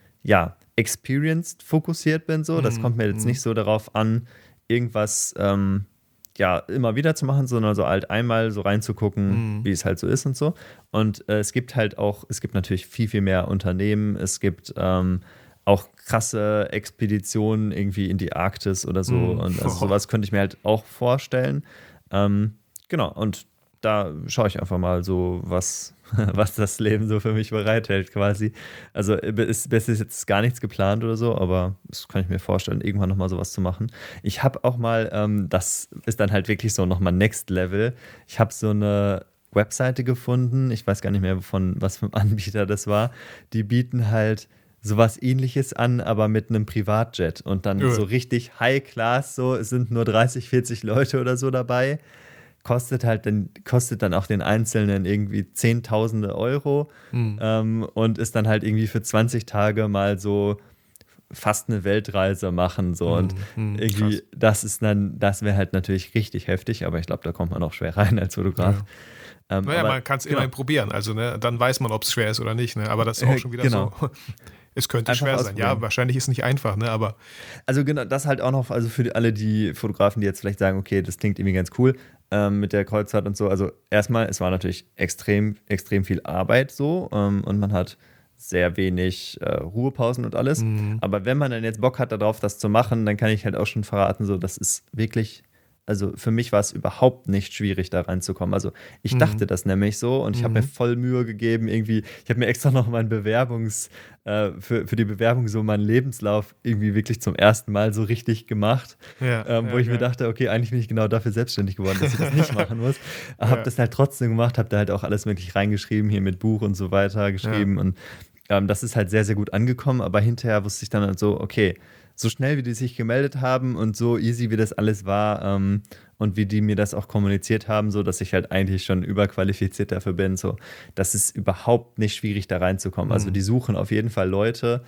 experienced fokussiert bin so. Das kommt mir jetzt nicht so darauf an, irgendwas immer wieder zu machen, sondern so halt einmal so reinzugucken, wie es halt so ist und so. Und es gibt natürlich viel, viel mehr Unternehmen. Es gibt auch krasse Expeditionen irgendwie in die Arktis oder so. Und also sowas könnte ich mir halt auch vorstellen. Genau, und da schaue ich einfach mal so, was das Leben so für mich bereithält quasi. Also es ist jetzt gar nichts geplant oder so, aber das kann ich mir vorstellen, irgendwann nochmal sowas zu machen. Ich habe auch mal, das ist dann halt wirklich so nochmal Next Level, ich habe so eine Webseite gefunden, ich weiß gar nicht mehr, was für ein Anbieter das war, die bieten halt sowas Ähnliches an, aber mit einem Privatjet und dann so richtig High Class, so es sind nur 30, 40 Leute oder so dabei. Kostet dann auch den Einzelnen irgendwie Zehntausende Euro und ist dann halt irgendwie für 20 Tage mal so fast eine Weltreise machen. So. Und irgendwie, das wäre halt natürlich richtig heftig, aber ich glaube, da kommt man auch schwer rein als Fotograf. Ja. Man kann es immerhin probieren, also dann weiß man, ob es schwer ist oder nicht, ne? Aber das ist auch schon wieder so. Es könnte einfach schwer sein. Ja, wahrscheinlich ist es nicht einfach, ne? Aber also genau, das halt auch noch, also für alle die Fotografen, die jetzt vielleicht sagen, okay, das klingt irgendwie ganz cool mit der Kreuzfahrt und so. Also erstmal, es war natürlich extrem, extrem viel Arbeit so und man hat sehr wenig Ruhepausen und alles. Aber wenn man dann jetzt Bock hat darauf, das zu machen, dann kann ich halt auch schon verraten, so, das ist wirklich, also für mich war es überhaupt nicht schwierig, da reinzukommen. Also ich dachte das nämlich so und ich habe mir voll Mühe gegeben, irgendwie, ich habe mir extra noch mein für die Bewerbung so meinen Lebenslauf irgendwie wirklich zum ersten Mal so richtig gemacht, wo ich mir dachte, okay, eigentlich bin ich genau dafür selbstständig geworden, dass ich das nicht machen muss. Habe das halt trotzdem gemacht, habe da halt auch alles möglich reingeschrieben, hier mit Buch und so weiter geschrieben und das ist halt sehr, sehr gut angekommen, aber hinterher wusste ich dann halt so, okay, so schnell, wie die sich gemeldet haben und so easy, wie das alles war und wie die mir das auch kommuniziert haben, so dass ich halt eigentlich schon überqualifiziert dafür bin, so, das ist überhaupt nicht schwierig, da reinzukommen. Also die suchen auf jeden Fall Leute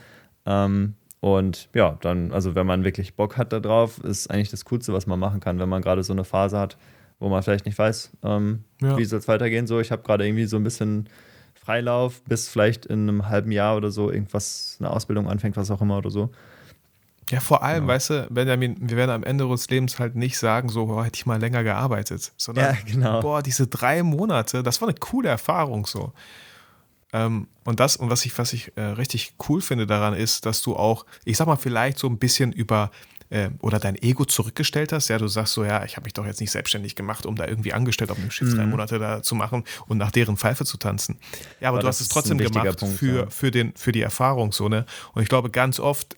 und ja, dann, also wenn man wirklich Bock hat da drauf, ist eigentlich das Coolste, was man machen kann, wenn man gerade so eine Phase hat, wo man vielleicht nicht weiß, wie soll es weitergehen. So, ich habe gerade irgendwie so ein bisschen Freilauf, bis vielleicht in einem halben Jahr oder so irgendwas, eine Ausbildung anfängt, was auch immer oder so. Ja, vor allem, weißt du, Benjamin, wir werden am Ende unseres Lebens halt nicht sagen, so, hätte ich mal länger gearbeitet, sondern, diese 3 Monate, das war eine coole Erfahrung so. Und was ich richtig cool finde daran ist, dass du auch, ich sag mal, vielleicht so ein bisschen über oder dein Ego zurückgestellt hast. Ja, du sagst so, ja, ich habe mich doch jetzt nicht selbstständig gemacht, um da irgendwie angestellt auf einem Schiff 3 Monate da zu machen und nach deren Pfeife zu tanzen. Ja, aber du hast es trotzdem gemacht für die Erfahrung so, ne? Und ich glaube, ganz oft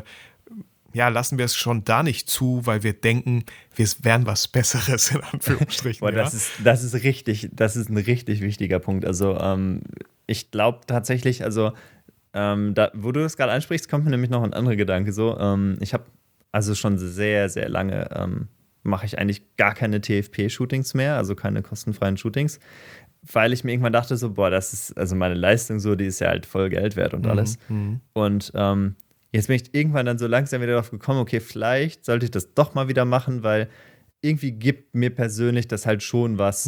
lassen wir es schon da nicht zu, weil wir denken, wir wären was Besseres, in Anführungsstrichen. Boah, das ist ein richtig wichtiger Punkt. Also ich glaube tatsächlich, also wo du das gerade ansprichst, kommt mir nämlich noch ein anderer Gedanke. So, ich habe also schon sehr, sehr lange mache ich eigentlich gar keine TFP-Shootings mehr, also keine kostenfreien Shootings, weil ich mir irgendwann dachte so, boah, das ist, also meine Leistung so, die ist ja halt voll Geld wert und alles. Und jetzt bin ich irgendwann dann so langsam wieder darauf gekommen, okay, vielleicht sollte ich das doch mal wieder machen, weil irgendwie gibt mir persönlich das halt schon was.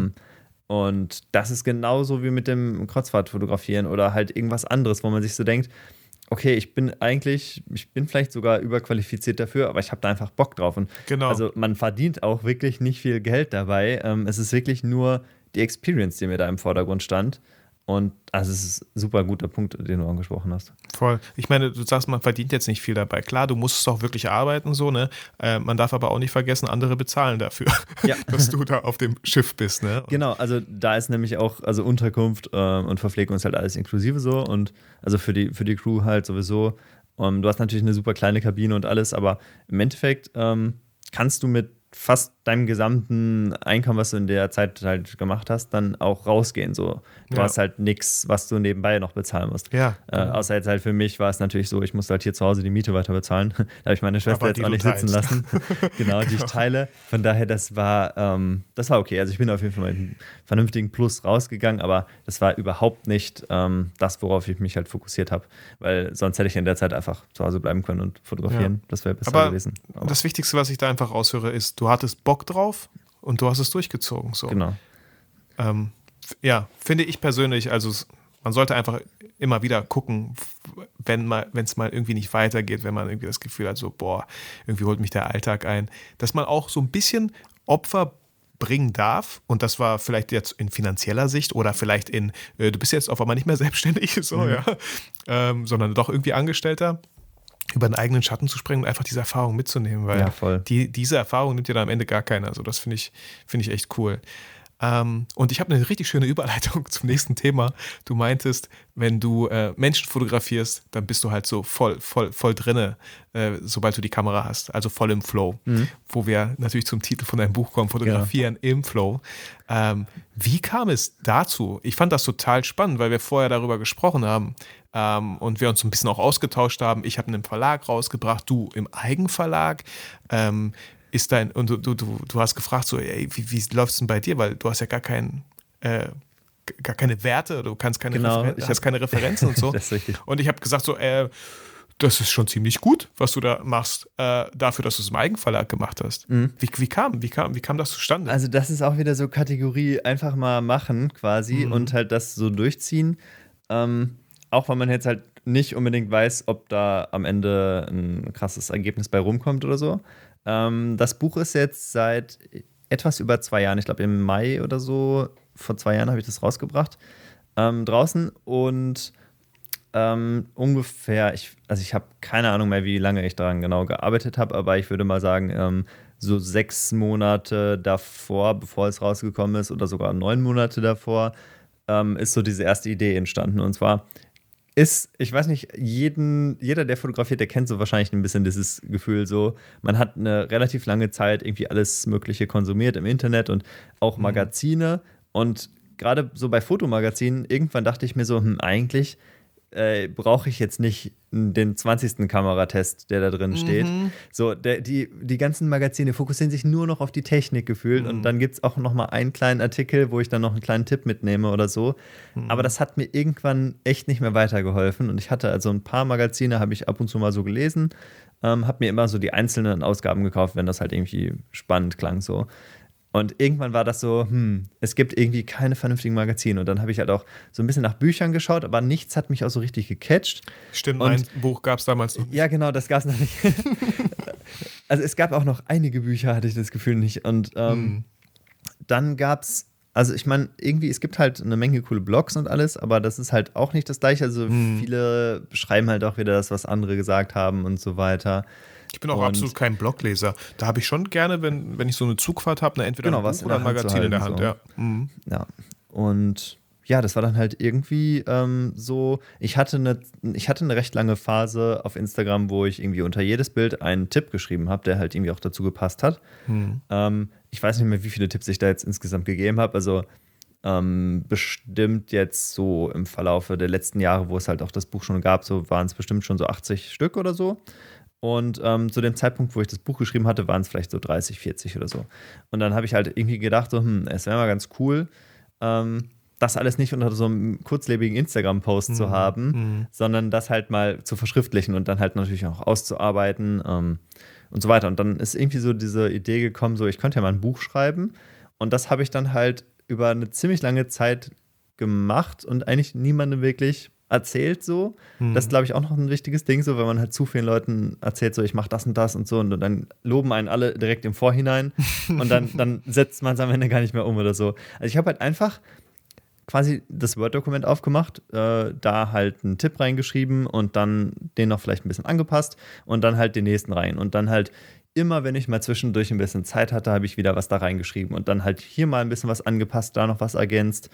Und das ist genauso wie mit dem Kreuzfahrtfotografieren oder halt irgendwas anderes, wo man sich so denkt, okay, ich bin vielleicht sogar überqualifiziert dafür, aber ich habe da einfach Bock drauf. Und also man verdient auch wirklich nicht viel Geld dabei. Es ist wirklich nur die Experience, die mir da im Vordergrund stand. Und also es ist ein super guter Punkt, den du angesprochen hast. Voll. Ich meine, du sagst, man verdient jetzt nicht viel dabei. Klar, du musst es auch wirklich arbeiten, so, ne? Man darf aber auch nicht vergessen, andere bezahlen dafür, dass du da auf dem Schiff bist, ne? Genau, also da ist nämlich auch, also Unterkunft und Verpflegung ist halt alles inklusive so und also für die Crew halt sowieso. Du hast natürlich eine super kleine Kabine und alles, aber im Endeffekt kannst du mit fast deinem gesamten Einkommen, was du in der Zeit halt gemacht hast, dann auch rausgehen. So. Du hast halt nichts, was du nebenbei noch bezahlen musst. Ja. Außer jetzt halt für mich war es natürlich so, ich musste halt hier zu Hause die Miete weiter bezahlen. Da habe ich meine Schwester jetzt auch nicht sitzen lassen. Genau, die ich teile. Von daher, das war okay. Also ich bin auf jeden Fall mit einem vernünftigen Plus rausgegangen, aber das war überhaupt nicht das, worauf ich mich halt fokussiert habe. Weil sonst hätte ich in der Zeit einfach zu Hause bleiben können und fotografieren. Das wäre besser gewesen. Aber das Wichtigste, was ich da einfach raushöre, ist, du hattest Bock drauf und du hast es durchgezogen. So. Genau. Finde ich persönlich, also man sollte einfach immer wieder gucken, wenn es mal irgendwie nicht weitergeht, wenn man irgendwie das Gefühl hat, so, boah, irgendwie holt mich der Alltag ein, dass man auch so ein bisschen Opfer bringen darf, und das war vielleicht jetzt in finanzieller Sicht oder vielleicht du bist jetzt auf einmal nicht mehr selbstständig, sondern doch irgendwie Angestellter, über den eigenen Schatten zu springen und einfach diese Erfahrung mitzunehmen, weil diese Erfahrung nimmt ja dann am Ende gar keiner. Also das finde ich echt cool. Und ich habe eine richtig schöne Überleitung zum nächsten Thema. Du meintest, wenn du Menschen fotografierst, dann bist du halt so voll drinne, sobald du die Kamera hast, also voll im Flow, wo wir natürlich zum Titel von deinem Buch kommen, Fotografieren im Flow. Wie kam es dazu? Ich fand das total spannend, weil wir vorher darüber gesprochen haben und wir uns so ein bisschen auch ausgetauscht haben. Ich habe einen Verlag rausgebracht, du im Eigenverlag. Und du hast gefragt, so, ey, wie läuft es denn bei dir? Weil du hast ja gar keine Werte, du kannst hast keine Referenzen und so. Das ist richtig. Und ich habe gesagt, so, das ist schon ziemlich gut, was du da machst, dafür, dass du es im Eigenverlag gemacht hast. Wie kam das zustande? Also das ist auch wieder so Kategorie einfach mal machen quasi und halt das so durchziehen. Auch wenn man jetzt halt nicht unbedingt weiß, ob da am Ende ein krasses Ergebnis bei rumkommt oder so. Das Buch ist jetzt seit etwas über 2 Jahren, ich glaube im Mai oder so, vor 2 Jahren habe ich das rausgebracht, draußen und ungefähr, ich habe keine Ahnung mehr, wie lange ich daran genau gearbeitet habe, aber ich würde mal sagen, so 6 Monate davor, bevor es rausgekommen ist, oder sogar 9 Monate davor, ist so diese erste Idee entstanden. Und zwar ich weiß nicht, jeder, der fotografiert, der kennt so wahrscheinlich ein bisschen dieses Gefühl so, man hat eine relativ lange Zeit irgendwie alles Mögliche konsumiert im Internet und auch Magazine. Und gerade so bei Fotomagazinen, irgendwann dachte ich mir so, eigentlich brauche ich jetzt nicht den 20. Kameratest, der da drin steht. So, die ganzen Magazine fokussieren sich nur noch auf die Technik gefühlt und dann gibt es auch noch mal einen kleinen Artikel, wo ich dann noch einen kleinen Tipp mitnehme oder so. Aber das hat mir irgendwann echt nicht mehr weitergeholfen und ich hatte also ein paar Magazine, habe ich ab und zu mal so gelesen, habe mir immer so die einzelnen Ausgaben gekauft, wenn das halt irgendwie spannend klang so. Und irgendwann war das so, es gibt irgendwie keine vernünftigen Magazine. Und dann habe ich halt auch so ein bisschen nach Büchern geschaut, aber nichts hat mich auch so richtig gecatcht. Stimmt, und ein Buch gab es damals noch nicht. Ja, genau, das gab es noch nicht. Also es gab auch noch einige Bücher, hatte ich das Gefühl nicht. Und dann gab es, also ich meine, irgendwie, es gibt halt eine Menge coole Blogs und alles, aber das ist halt auch nicht das Gleiche. Also viele beschreiben halt auch wieder das, was andere gesagt haben und so weiter. Ich bin auch absolut kein Blogleser. Da habe ich schon gerne, wenn ich so eine Zugfahrt habe, entweder ein Buch oder ein Magazin in der Hand. So. Ja. Ja, und ja, das war dann halt irgendwie so, ich hatte eine recht lange Phase auf Instagram, wo ich irgendwie unter jedes Bild einen Tipp geschrieben habe, der halt irgendwie auch dazu gepasst hat. Ich weiß nicht mehr, wie viele Tipps ich da jetzt insgesamt gegeben habe, also bestimmt jetzt so im Verlaufe der letzten Jahre, wo es halt auch das Buch schon gab, so waren es bestimmt schon so 80 Stück oder so. Und zu dem Zeitpunkt, wo ich das Buch geschrieben hatte, waren es vielleicht so 30, 40 oder so. Und dann habe ich halt irgendwie gedacht, so, es wäre mal ganz cool, das alles nicht unter so einem kurzlebigen Instagram-Post zu haben, sondern das halt mal zu verschriftlichen und dann halt natürlich auch auszuarbeiten und so weiter. Und dann ist irgendwie so diese Idee gekommen, so ich könnte ja mal ein Buch schreiben. Und das habe ich dann halt über eine ziemlich lange Zeit gemacht und eigentlich niemandem wirklich erzählt so. Das ist, glaube ich, auch noch ein wichtiges Ding, so, wenn man halt zu vielen Leuten erzählt, so ich mache das und so und dann loben einen alle direkt im Vorhinein und dann setzt man es am Ende gar nicht mehr um oder so. Also ich habe halt einfach quasi das Word-Dokument aufgemacht, da halt einen Tipp reingeschrieben und dann den noch vielleicht ein bisschen angepasst und dann halt den nächsten rein und dann halt immer, wenn ich mal zwischendurch ein bisschen Zeit hatte, habe ich wieder was da reingeschrieben und dann halt hier mal ein bisschen was angepasst, da noch was ergänzt.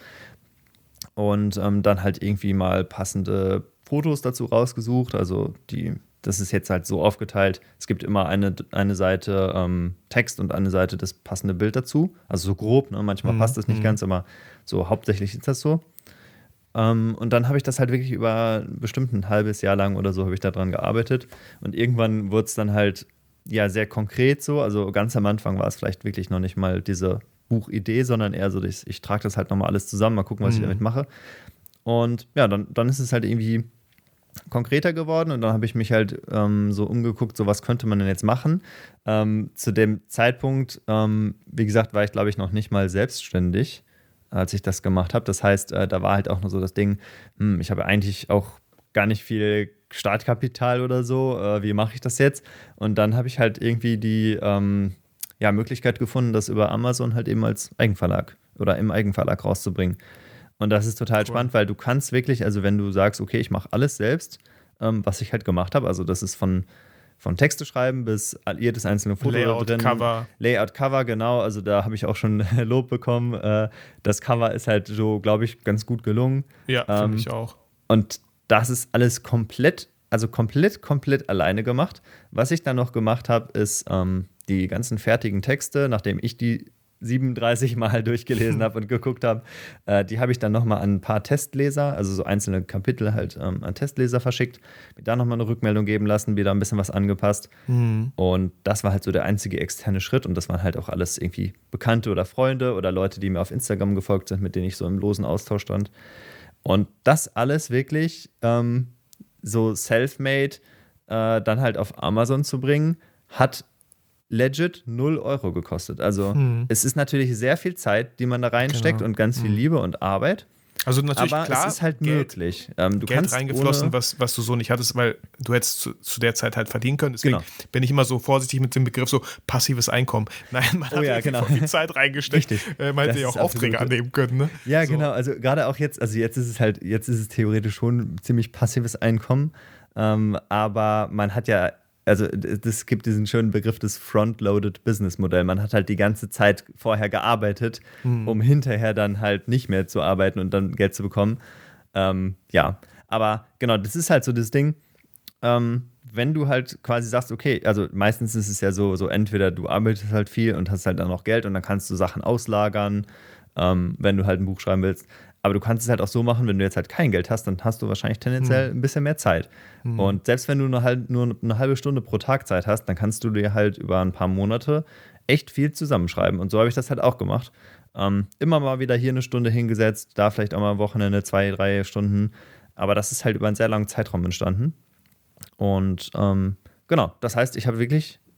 Und dann halt irgendwie mal passende Fotos dazu rausgesucht. Also das ist jetzt halt so aufgeteilt. Es gibt immer eine Seite Text und eine Seite das passende Bild dazu. Also so grob, ne? Manchmal passt das nicht ganz, aber so hauptsächlich ist das so. Und dann habe ich das halt wirklich über bestimmt ein halbes Jahr lang oder so habe ich daran gearbeitet. Und irgendwann wurde es dann halt ja sehr konkret so. Also ganz am Anfang war es vielleicht wirklich noch nicht mal diese Buchidee, sondern eher so, ich trage das halt nochmal alles zusammen, mal gucken, was ich damit mache. Und ja, dann ist es halt irgendwie konkreter geworden und dann habe ich mich halt so umgeguckt, so was könnte man denn jetzt machen. Zu dem Zeitpunkt, wie gesagt, war ich glaube ich noch nicht mal selbstständig, als ich das gemacht habe. Das heißt, da war halt auch nur so das Ding, ich habe eigentlich auch gar nicht viel Startkapital oder so, wie mache ich das jetzt? Und dann habe ich halt irgendwie die Möglichkeit gefunden, das über Amazon halt eben als Eigenverlag oder im Eigenverlag rauszubringen. Und das ist total spannend, weil du kannst wirklich, also wenn du sagst, okay, ich mache alles selbst, was ich halt gemacht habe, also das ist von Texte schreiben bis jedes einzelne Foto Layout, da drin. Layout, Cover, genau, also da habe ich auch schon Lob bekommen. Das Cover ist halt so, glaube ich, ganz gut gelungen. Ja, finde ich auch. Und das ist alles komplett alleine gemacht. Was ich dann noch gemacht habe, ist die ganzen fertigen Texte, nachdem ich die 37 Mal durchgelesen habe und geguckt habe, die habe ich dann nochmal an ein paar Testleser, also so einzelne Kapitel halt an Testleser verschickt, mir da nochmal eine Rückmeldung geben lassen, wieder ein bisschen was angepasst. Und das war halt so der einzige externe Schritt und das waren halt auch alles irgendwie Bekannte oder Freunde oder Leute, die mir auf Instagram gefolgt sind, mit denen ich so im losen Austausch stand. Und das alles wirklich so self-made dann halt auf Amazon zu bringen, hat legit 0 Euro gekostet. Also es ist natürlich sehr viel Zeit, die man da reinsteckt und ganz viel Liebe und Arbeit. Also natürlich, aber klar, es ist halt Geld, möglich. Du Geld reingeflossen, was du so nicht hattest, weil du hättest zu der Zeit halt verdienen können. Deswegen bin ich immer so vorsichtig mit dem Begriff so passives Einkommen. Nein, man hat voll viel Zeit reingesteckt. Man hätte ja auch Aufträge annehmen können. Ne? Ja, so. Genau. Also gerade auch jetzt, also jetzt ist es theoretisch schon ziemlich passives Einkommen. Aber man hat ja, also es gibt diesen schönen Begriff des Front-Loaded Business-Modell. Man hat halt die ganze Zeit vorher gearbeitet, um hinterher dann halt nicht mehr zu arbeiten und dann Geld zu bekommen. Aber genau, das ist halt so das Ding, wenn du halt quasi sagst, okay, also meistens ist es ja so entweder du arbeitest halt viel und hast halt dann noch Geld und dann kannst du Sachen auslagern, wenn du halt ein Buch schreiben willst. Aber du kannst es halt auch so machen, wenn du jetzt halt kein Geld hast, dann hast du wahrscheinlich tendenziell ein bisschen mehr Zeit. Und selbst wenn du nur eine halbe Stunde pro Tag Zeit hast, dann kannst du dir halt über ein paar Monate echt viel zusammenschreiben. Und so habe ich das halt auch gemacht. Immer mal wieder hier eine Stunde hingesetzt, da vielleicht auch mal am Wochenende 2, 3 Stunden. Aber das ist halt über einen sehr langen Zeitraum entstanden. Und genau, das heißt, ich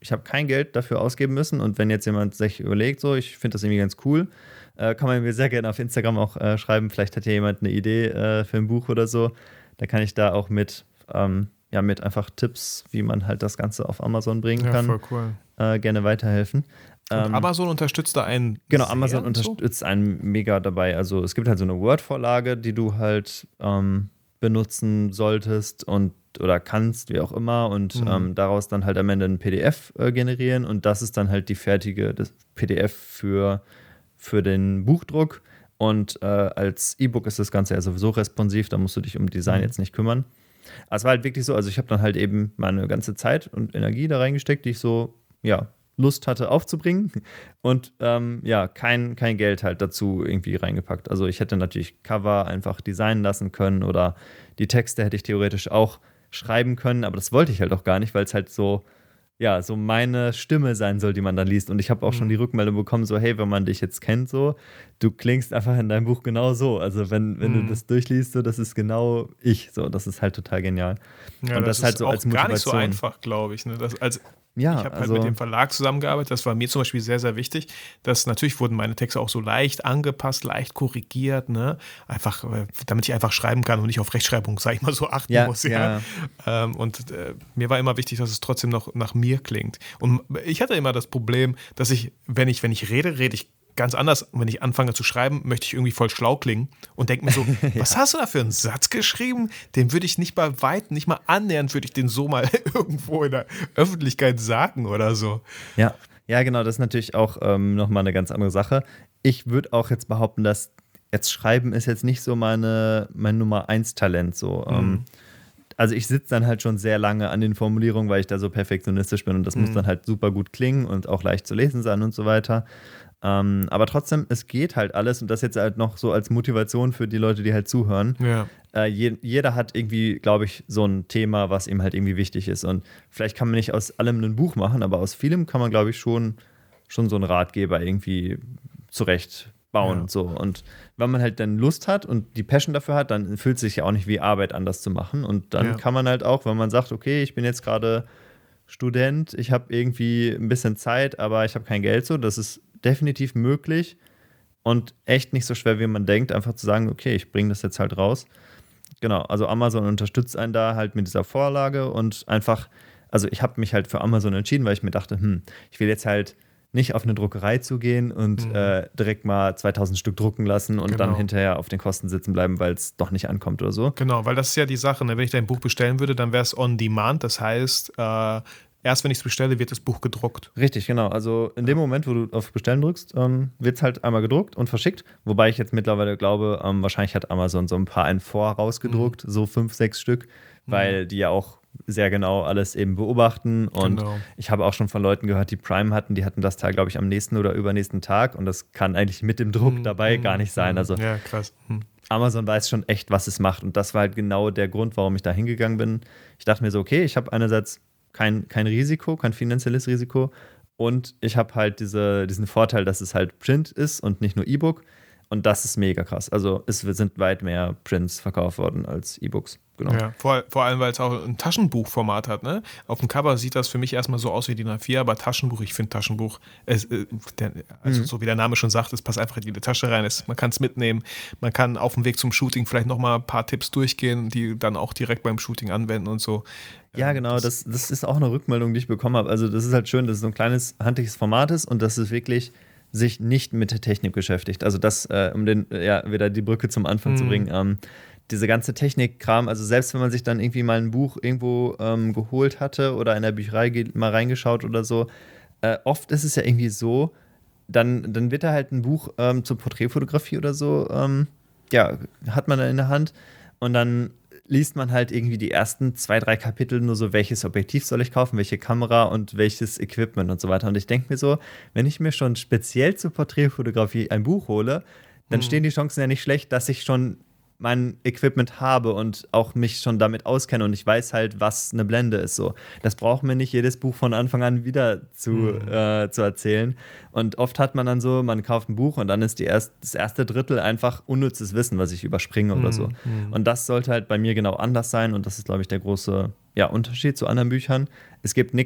ich habe kein Geld dafür ausgeben müssen und wenn jetzt jemand sich überlegt, so, ich finde das irgendwie ganz cool, kann man mir sehr gerne auf Instagram auch schreiben, vielleicht hat ja jemand eine Idee für ein Buch oder so, da kann ich da auch mit einfach Tipps, wie man halt das Ganze auf Amazon bringen kann, voll cool. Gerne weiterhelfen. Und Amazon unterstützt da einen Genau, Amazon unterstützt einen mega dabei. Also es gibt halt so eine Word-Vorlage, die du halt benutzen solltest oder kannst, wie auch immer, und daraus dann halt am Ende ein PDF generieren und das ist dann halt die fertige PDF für den Buchdruck und als E-Book ist das Ganze ja sowieso responsiv, da musst du dich um Design jetzt nicht kümmern. Aber es war halt wirklich so, also ich habe dann halt eben meine ganze Zeit und Energie da reingesteckt, die ich so, Lust hatte aufzubringen und kein Geld halt dazu irgendwie reingepackt. Also ich hätte natürlich Cover einfach designen lassen können oder die Texte hätte ich theoretisch auch schreiben können, aber das wollte ich halt auch gar nicht, weil es halt so meine Stimme sein soll, die man dann liest. Und ich habe auch schon die Rückmeldung bekommen, so hey, wenn man dich jetzt kennt, so, du klingst einfach in deinem Buch genau so. Also wenn du das durchliest, so, das ist genau ich. So, das ist halt total genial. Ja, und das das halt ist so auch als Motivation. gar nicht so einfach, glaube ich. Ne? Ich habe halt also mit dem Verlag zusammengearbeitet, das war mir zum Beispiel sehr, sehr wichtig, dass natürlich wurden meine Texte auch so leicht angepasst, leicht korrigiert, ne? Einfach, damit ich einfach schreiben kann und nicht auf Rechtschreibung, sag ich mal, so achten muss. Ja. Mir war immer wichtig, dass es trotzdem noch nach mir klingt. Und ich hatte immer das Problem, dass wenn ich rede ich ganz anders. Und wenn ich anfange zu schreiben, möchte ich irgendwie voll schlau klingen und denke mir so, was hast du da für einen Satz geschrieben? Den würde ich nicht bei weitem, nicht mal annähernd, würde ich den so mal irgendwo in der Öffentlichkeit sagen oder so. Ja, genau, das ist natürlich auch nochmal eine ganz andere Sache. Ich würde auch jetzt behaupten, dass jetzt Schreiben ist jetzt nicht so mein Nummer 1 Talent so. Also ich sitze dann halt schon sehr lange an den Formulierungen, weil ich da so perfektionistisch bin und das muss dann halt super gut klingen und auch leicht zu lesen sein und so weiter. Aber trotzdem, es geht halt alles und das jetzt halt noch so als Motivation für die Leute, die halt zuhören. Ja. Jeder hat irgendwie, glaube ich, so ein Thema, was ihm halt irgendwie wichtig ist und vielleicht kann man nicht aus allem ein Buch machen, aber aus vielem kann man, glaube ich, schon so einen Ratgeber irgendwie zurechtbauen. Ja. So. Und wenn man halt dann Lust hat und die Passion dafür hat, dann fühlt es sich ja auch nicht wie Arbeit an, das zu machen und dann kann man halt auch, wenn man sagt, okay, ich bin jetzt gerade Student, ich habe irgendwie ein bisschen Zeit, aber ich habe kein Geld, so, das ist definitiv möglich und echt nicht so schwer, wie man denkt, einfach zu sagen, okay, ich bringe das jetzt halt raus. Genau, also Amazon unterstützt einen da halt mit dieser Vorlage und einfach, also ich habe mich halt für Amazon entschieden, weil ich mir dachte, ich will jetzt halt nicht auf eine Druckerei zugehen und direkt mal 2000 Stück drucken lassen und dann hinterher auf den Kosten sitzen bleiben, weil es doch nicht ankommt oder so. Genau, weil das ist ja die Sache, ne? Wenn ich dein Buch bestellen würde, dann wäre es on demand, das heißt, erst wenn ich es bestelle, wird das Buch gedruckt. Richtig, genau. Also in dem Moment, wo du auf Bestellen drückst, wird es halt einmal gedruckt und verschickt. Wobei ich jetzt mittlerweile glaube, wahrscheinlich hat Amazon so ein paar ein vorausgedruckt, so 5, 6 Stück, weil die ja auch sehr genau alles eben beobachten. Und ich habe auch schon von Leuten gehört, die Prime hatten, die hatten das Teil, glaube ich, am nächsten oder übernächsten Tag. Und das kann eigentlich mit dem Druck dabei gar nicht sein. Also ja, krass. Amazon weiß schon echt, was es macht. Und das war halt genau der Grund, warum ich da hingegangen bin. Ich dachte mir so, okay, ich habe einerseits kein Risiko, kein finanzielles Risiko und ich habe halt diesen Vorteil, dass es halt Print ist und nicht nur E-Book und das ist mega krass. Also es sind weit mehr Prints verkauft worden als E-Books. Genau. Ja, vor allem, weil es auch ein Taschenbuchformat hat. Ne? Auf dem Cover sieht das für mich erstmal so aus wie DIN A4, aber Taschenbuch, ich finde Taschenbuch, so wie der Name schon sagt, es passt einfach in jede Tasche rein. Man kann es mitnehmen, man kann auf dem Weg zum Shooting vielleicht nochmal ein paar Tipps durchgehen, die dann auch direkt beim Shooting anwenden und so. Ja, genau, das ist auch eine Rückmeldung, die ich bekommen habe. Also das ist halt schön, dass es so ein kleines, handliches Format ist und dass es wirklich sich nicht mit der Technik beschäftigt. Also das, um wieder die Brücke zum Anfang zu bringen, diese ganze Technikkram, also selbst wenn man sich dann irgendwie mal ein Buch irgendwo geholt hatte oder in der Bücherei mal reingeschaut oder so, oft ist es ja irgendwie so, dann wird da halt ein Buch zur Porträtfotografie oder so, hat man da in der Hand und dann liest man halt irgendwie die ersten 2, 3 Kapitel nur so, welches Objektiv soll ich kaufen, welche Kamera und welches Equipment und so weiter. Und ich denke mir so, wenn ich mir schon speziell zur Porträtfotografie ein Buch hole, dann stehen die Chancen ja nicht schlecht, dass ich schon mein Equipment habe und auch mich schon damit auskenne und ich weiß halt, was eine Blende ist. So. Das braucht mir nicht jedes Buch von Anfang an wieder zu erzählen. Und oft hat man dann so, man kauft ein Buch und dann ist das erste Drittel einfach unnützes Wissen, was ich überspringe oder so. Und das sollte halt bei mir genau anders sein und das ist, glaube ich, der große Unterschied zu anderen Büchern. Es gibt nichts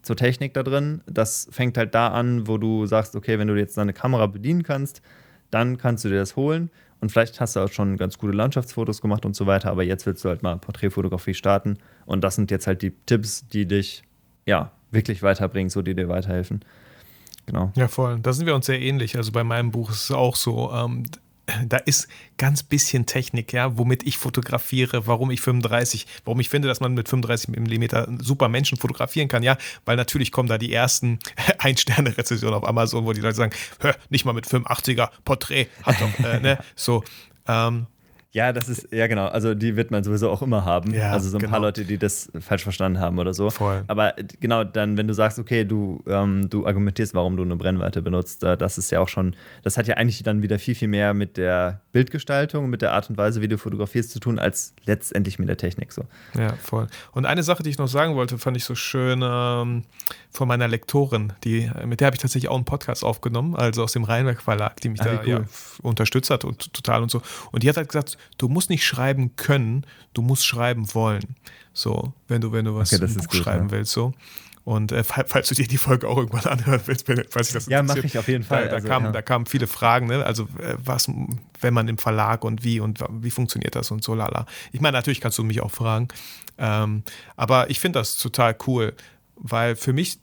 zur Technik da drin. Das fängt halt da an, wo du sagst, okay, wenn du jetzt deine Kamera bedienen kannst, dann kannst du dir das holen. Und vielleicht hast du auch schon ganz gute Landschaftsfotos gemacht und so weiter, aber jetzt willst du halt mal Porträtfotografie starten. Und das sind jetzt halt die Tipps, die dich wirklich weiterbringen, so die dir weiterhelfen. Genau. Ja, voll. Da sind wir uns sehr ähnlich. Also bei meinem Buch ist es auch so, da ist ganz bisschen Technik, ja, womit ich fotografiere, warum ich finde, dass man mit 35 mm super Menschen fotografieren kann, ja, weil natürlich kommen da die ersten Ein-Sterne-Rezensionen auf Amazon, wo die Leute sagen, nicht mal mit 85er Porträt, hat doch, ne, so, ja, das ist, ja genau, also die wird man sowieso auch immer haben. Ja, also so ein paar Leute, die das falsch verstanden haben oder so. Voll. Aber genau, dann, wenn du sagst, okay, du argumentierst, warum du eine Brennweite benutzt, das ist ja auch schon, das hat ja eigentlich dann wieder viel, viel mehr mit der Bildgestaltung, mit der Art und Weise, wie du fotografierst, zu tun, als letztendlich mit der Technik so. Ja, voll. Und eine Sache, die ich noch sagen wollte, fand ich so schön von meiner Lektorin, mit der habe ich tatsächlich auch einen Podcast aufgenommen, also aus dem Rheinwerk Verlag, die mich unterstützt hat und total und so. Und die hat halt gesagt, du musst nicht schreiben können, du musst schreiben wollen. So, wenn du was im Buch schreiben willst, so. Und falls du dir die Folge auch irgendwann anhören willst, falls ich das interessiert. Ja, mache ich auf jeden Fall. Da kamen viele Fragen, ne? Also was, wenn man im Verlag und wie funktioniert das und so, lala. Ich meine, natürlich kannst du mich auch fragen, aber ich finde das total cool, weil für mich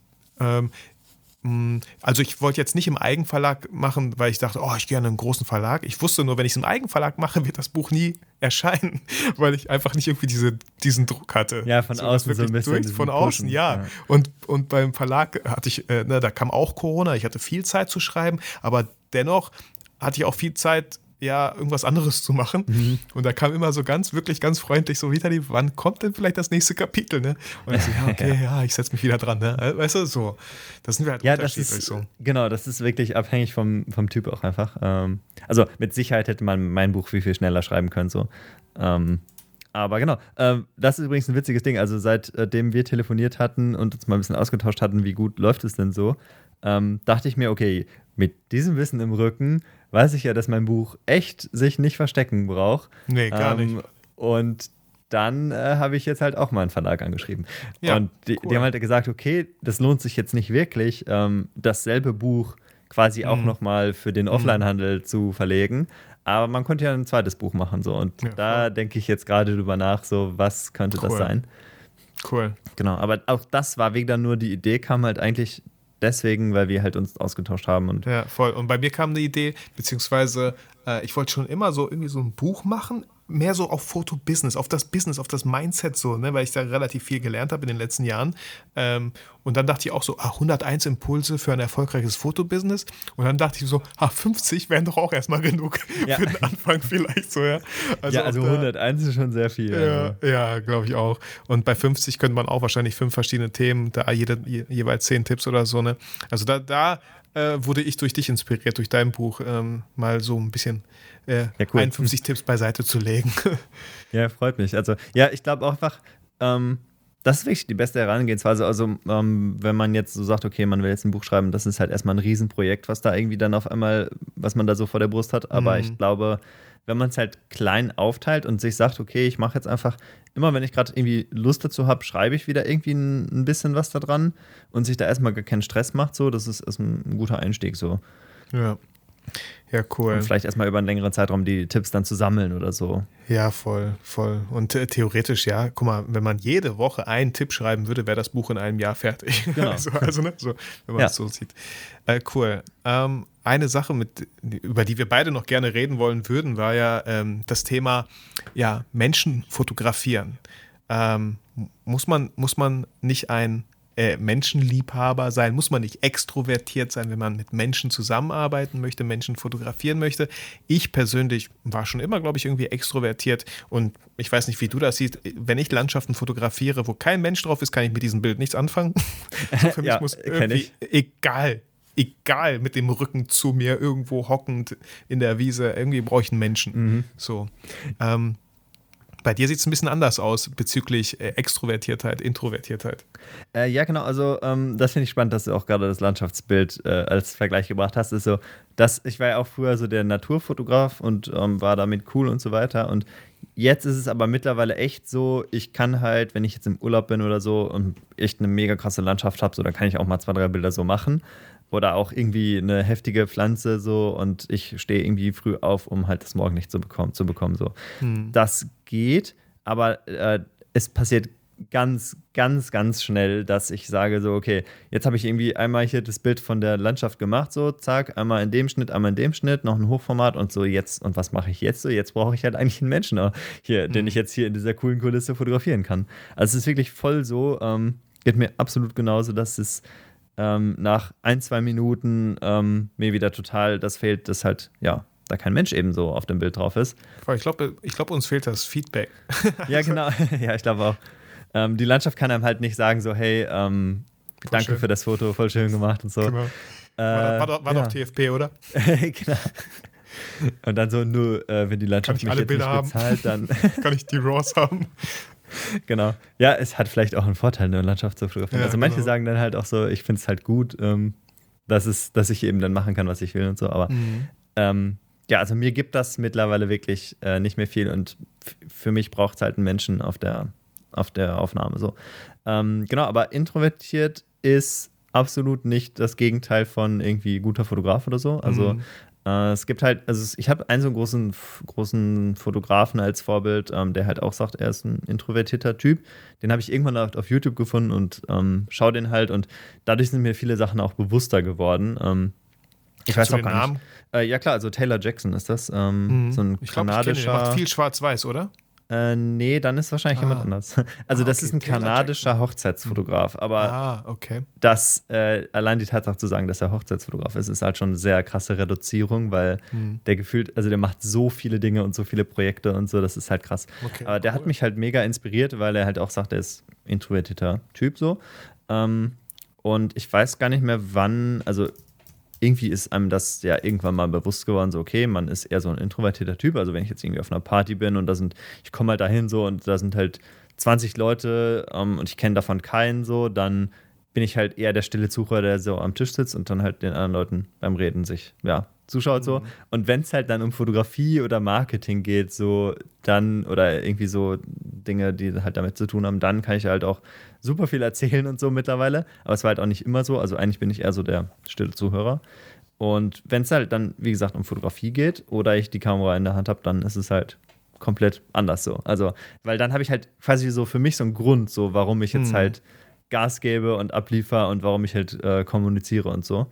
also ich wollte jetzt nicht im Eigenverlag machen, weil ich dachte, ich gehe an einen großen Verlag. Ich wusste nur, wenn ich es im Eigenverlag mache, wird das Buch nie erscheinen, weil ich einfach nicht irgendwie diesen Druck hatte. Ja, von außen so ein bisschen. Von außen, ja. Und beim Verlag hatte ich, da kam auch Corona, ich hatte viel Zeit zu schreiben, aber dennoch hatte ich auch viel Zeit, irgendwas anderes zu machen. Mhm. Und da kam immer so wirklich ganz freundlich so, Vitali, wann kommt denn vielleicht das nächste Kapitel, ne? Und ich so, ich setze mich wieder dran, ne? Weißt du, so. Das sind wir halt unterschiedlich das ist, so. Genau, das ist wirklich abhängig vom Typ auch einfach. Also mit Sicherheit hätte man mein Buch viel schneller schreiben können, so. Aber genau, das ist übrigens ein witziges Ding. Also seitdem wir telefoniert hatten und uns mal ein bisschen ausgetauscht hatten, wie gut läuft es denn so, dachte ich mir, okay, mit diesem Wissen im Rücken weiß ich ja, dass mein Buch echt sich nicht verstecken braucht. Nee, gar nicht. Und dann habe ich jetzt halt auch mal einen Verlag angeschrieben. Ja, und die haben halt gesagt, okay, das lohnt sich jetzt nicht wirklich, dasselbe Buch quasi auch nochmal für den Offline-Handel zu verlegen. Aber man könnte ja ein zweites Buch machen. So. Und da denke ich jetzt gerade drüber nach, so was könnte das sein. Cool. Genau, aber auch das war wieder nur, die Idee kam halt eigentlich deswegen, weil wir halt uns ausgetauscht haben. Und ja, voll. Und bei mir kam eine Idee, beziehungsweise ich wollte schon immer so irgendwie so ein Buch machen, mehr so auf Fotobusiness, auf das Mindset so, ne, weil ich da relativ viel gelernt habe in den letzten Jahren. Und dann dachte ich auch so, 101 Impulse für ein erfolgreiches Fotobusiness. Und dann dachte ich so, 50 wären doch auch erstmal genug für den Anfang vielleicht so, ja. Also 101 ist schon sehr viel. Ja, glaube ich auch. Und bei 50 könnte man auch wahrscheinlich 5 verschiedene Themen, da jeweils 10 Tipps oder so, ne. Also da wurde ich durch dich inspiriert, durch dein Buch, mal so ein bisschen 51 Tipps beiseite zu legen. Ja, freut mich. Also, ja, ich glaube auch einfach, das ist wirklich die beste Herangehensweise. Also, wenn man jetzt so sagt, okay, man will jetzt ein Buch schreiben, das ist halt erstmal ein Riesenprojekt, was da irgendwie dann auf einmal, was man da so vor der Brust hat. Aber ich glaube, wenn man es halt klein aufteilt und sich sagt, okay, ich mache jetzt einfach, immer wenn ich gerade irgendwie Lust dazu habe, schreibe ich wieder irgendwie ein bisschen was da dran und sich da erstmal gar keinen Stress macht, so, das ist ein guter Einstieg, so. Ja, cool. Und vielleicht erstmal über einen längeren Zeitraum die Tipps dann zu sammeln oder so. Ja, voll. Und theoretisch, ja, guck mal, wenn man jede Woche einen Tipp schreiben würde, wäre das Buch in einem Jahr fertig. Genau. also ne, so, wenn man es so sieht. Cool. Eine Sache, über die wir beide noch gerne reden wollen würden, war ja das Thema Menschen fotografieren. Muss man nicht ein Menschenliebhaber sein, muss man nicht extrovertiert sein, wenn man mit Menschen zusammenarbeiten möchte, Menschen fotografieren möchte. Ich persönlich war schon immer, glaube ich, irgendwie extrovertiert und ich weiß nicht, wie du das siehst. Wenn ich Landschaften fotografiere, wo kein Mensch drauf ist, kann ich mit diesem Bild nichts anfangen. Also für mich muss irgendwie, egal, mit dem Rücken zu mir, irgendwo hockend in der Wiese, irgendwie brauche ich einen Menschen. So. Bei dir sieht es ein bisschen anders aus bezüglich Extrovertiertheit, Introvertiertheit. Ja, genau. Also das finde ich spannend, dass du auch gerade das Landschaftsbild als Vergleich gebracht hast. Ist so, ich war ja auch früher so der Naturfotograf und war damit cool und so weiter. Und Jetzt ist es aber mittlerweile echt so, ich kann halt, wenn ich jetzt im Urlaub bin oder so und echt eine mega krasse Landschaft habe, so, dann kann ich auch mal 2, 3 Bilder so machen. Oder auch irgendwie eine heftige Pflanze so und ich stehe irgendwie früh auf, um halt das Morgenlicht zu bekommen so. Das geht, aber es passiert ganz, ganz, ganz schnell, dass ich sage so, okay, jetzt habe ich irgendwie einmal hier das Bild von der Landschaft gemacht, so, zack, einmal in dem Schnitt, noch ein Hochformat und so jetzt, und was mache ich jetzt so? Jetzt brauche ich halt eigentlich einen Menschen hier, den ich jetzt hier in dieser coolen Kulisse fotografieren kann. Also es ist wirklich voll so, geht mir absolut genauso, dass es nach 1, 2 Minuten mir wieder total das fehlt, dass halt, ja, da kein Mensch eben so auf dem Bild drauf ist. Ich glaube, uns fehlt das Feedback. Ja, genau. Ja, ich glaube auch. Die Landschaft kann einem halt nicht sagen, so, hey, danke schön für das Foto, voll schön gemacht und so. Genau. War doch TFP, oder? Genau. Und dann so, nur wenn die Landschaft mich jetzt nicht bezahlt, dann kann ich die RAWs haben. Genau. Ja, es hat vielleicht auch einen Vorteil, eine Landschaft zu fotografieren. Ja, also manche genau. sagen dann halt auch so, ich finde es halt gut, dass ich eben dann machen kann, was ich will und so. Aber ja, also mir gibt das mittlerweile wirklich nicht mehr viel und für mich braucht es halt einen Menschen auf der Aufnahme. So. Genau, aber introvertiert ist absolut nicht das Gegenteil von irgendwie guter Fotograf oder so. Also es gibt halt, also ich habe einen so großen Fotografen als Vorbild, der halt auch sagt, er ist ein introvertierter Typ. Den habe ich irgendwann auf YouTube gefunden und schaue den halt und dadurch sind mir viele Sachen auch bewusster geworden. Ich weiß auch gar nicht. Ja klar, also Taylor Jackson ist das. So ein kanadischer. Der macht viel Schwarz-Weiß, oder? Nee, dann ist wahrscheinlich jemand anders. Also das okay. ist ein kanadischer Hochzeitsfotograf, aber okay. das, allein die Tatsache zu sagen, dass er Hochzeitsfotograf ist halt schon eine sehr krasse Reduzierung, weil der gefühlt, also der macht so viele Dinge und so viele Projekte und so, das ist halt krass. Okay, aber der hat mich halt mega inspiriert, weil er halt auch sagt, er ist introvertierter Typ so. Und ich weiß gar nicht mehr wann, also irgendwie ist einem das ja irgendwann mal bewusst geworden, so okay, man ist eher so ein introvertierter Typ, also wenn ich jetzt irgendwie auf einer Party bin und ich komme halt dahin so und da sind halt 20 Leute und ich kenne davon keinen so, dann bin ich halt eher der stille Zuhörer, der so am Tisch sitzt und dann halt den anderen Leuten beim Reden sich, ja, zuschaut so. Und wenn es halt dann um Fotografie oder Marketing geht, so dann, oder irgendwie so Dinge, die halt damit zu tun haben, dann kann ich halt auch super viel erzählen und so mittlerweile. Aber es war halt auch nicht immer so. Also eigentlich bin ich eher so der stille Zuhörer. Und wenn es halt dann, wie gesagt, um Fotografie geht oder ich die Kamera in der Hand habe, dann ist es halt komplett anders so. Also, weil dann habe ich halt quasi so für mich so einen Grund, so warum ich jetzt halt Gas gebe und abliefer und warum ich halt kommuniziere und so.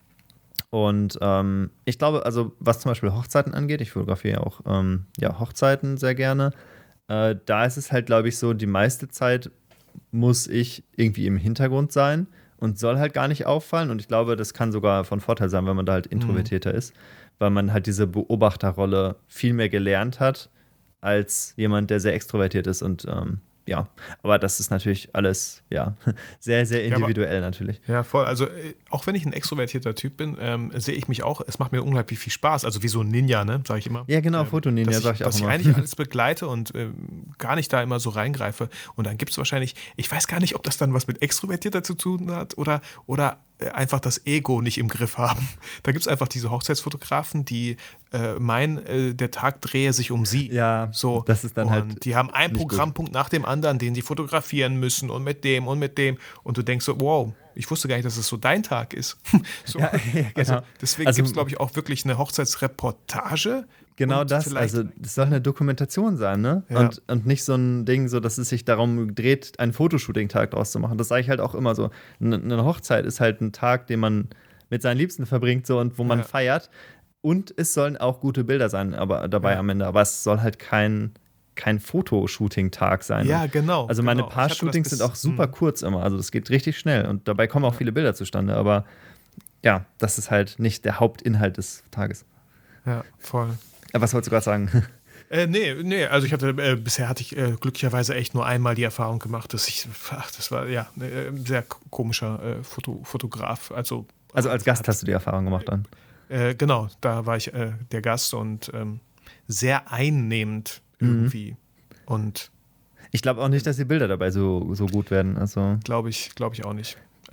Und ich glaube, also was zum Beispiel Hochzeiten angeht, ich fotografiere auch Hochzeiten sehr gerne. Da ist es halt, glaube ich, so, die meiste Zeit muss ich irgendwie im Hintergrund sein und soll halt gar nicht auffallen. Und ich glaube, das kann sogar von Vorteil sein, wenn man da halt introvertierter ist, weil man halt diese Beobachterrolle viel mehr gelernt hat als jemand, der sehr extrovertiert ist. Und ja, aber das ist natürlich alles, ja, sehr, sehr individuell natürlich. Ja, voll. Also auch wenn ich ein extrovertierter Typ bin, sehe ich mich auch, es macht mir unglaublich viel Spaß. Also wie so ein Ninja, ne, sage ich immer. Ja, genau, Fotoninja, sage ich auch immer. Dass ich eigentlich alles begleite und gar nicht da immer so reingreife. Und dann gibt es wahrscheinlich, ich weiß gar nicht, ob das dann was mit extrovertierter zu tun hat oder einfach das Ego nicht im Griff haben. Da gibt es einfach diese Hochzeitsfotografen, die der Tag drehe sich um sie. Ja, so. Das ist dann halt. Die haben einen Programmpunkt nach dem anderen, den sie fotografieren müssen und mit dem und mit dem. Und du denkst so, wow, ich wusste gar nicht, dass es so dein Tag ist. So. Ja, genau. Also deswegen gibt es, glaube ich, auch wirklich eine Hochzeitsreportage. Genau das, also das soll eine Dokumentation sein, ne? Ja. Und nicht so ein Ding, so dass es sich darum dreht, einen Fotoshooting-Tag draus zu machen. Das sage ich halt auch immer so. Eine Hochzeit ist halt ein Tag, den man mit seinen Liebsten verbringt so und wo man feiert. Und es sollen auch gute Bilder sein, aber dabei am Ende. Aber es soll halt kein Fotoshooting-Tag sein. Ja, genau. Also meine Paar-Shootings sind auch super kurz immer. Also das geht richtig schnell und dabei kommen auch viele Bilder zustande. Aber ja, das ist halt nicht der Hauptinhalt des Tages. Ja, voll. Was wolltest du gerade sagen? Nee, also bisher hatte ich glücklicherweise echt nur einmal die Erfahrung gemacht, das war ja ein sehr komischer Fotograf. Also als Gast hast du die Erfahrung gemacht dann? Genau, da war ich der Gast und sehr einnehmend irgendwie. Und ich glaube auch nicht, dass die Bilder dabei so gut werden. Also glaube ich auch nicht.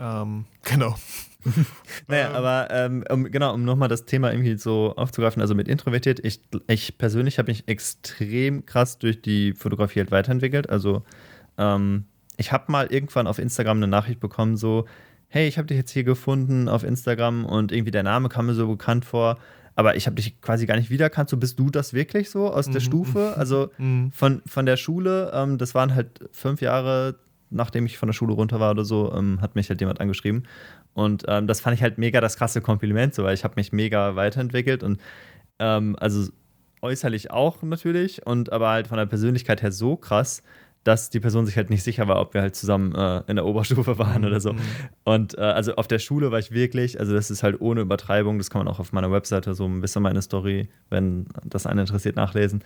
Genau. Naja, aber um nochmal das Thema irgendwie so aufzugreifen, also mit introvertiert, ich persönlich habe mich extrem krass durch die Fotografie halt weiterentwickelt. Also ich habe mal irgendwann auf Instagram eine Nachricht bekommen, so, hey, ich habe dich jetzt hier gefunden auf Instagram und irgendwie der Name kam mir so bekannt vor, aber ich habe dich quasi gar nicht wiedererkannt, so bist du das wirklich so aus der Stufe? Also von der Schule, das waren halt 5 Jahre, nachdem ich von der Schule runter war oder so, hat mich halt jemand angeschrieben. Und das fand ich halt mega das krasse Kompliment, so, weil ich habe mich mega weiterentwickelt und also äußerlich auch natürlich, und aber halt von der Persönlichkeit her so krass, dass die Person sich halt nicht sicher war, ob wir halt zusammen in der Oberstufe waren oder so. Und also auf der Schule war ich wirklich, also das ist halt ohne Übertreibung, das kann man auch auf meiner Webseite so ein bisschen meine Story, wenn das einen interessiert, nachlesen.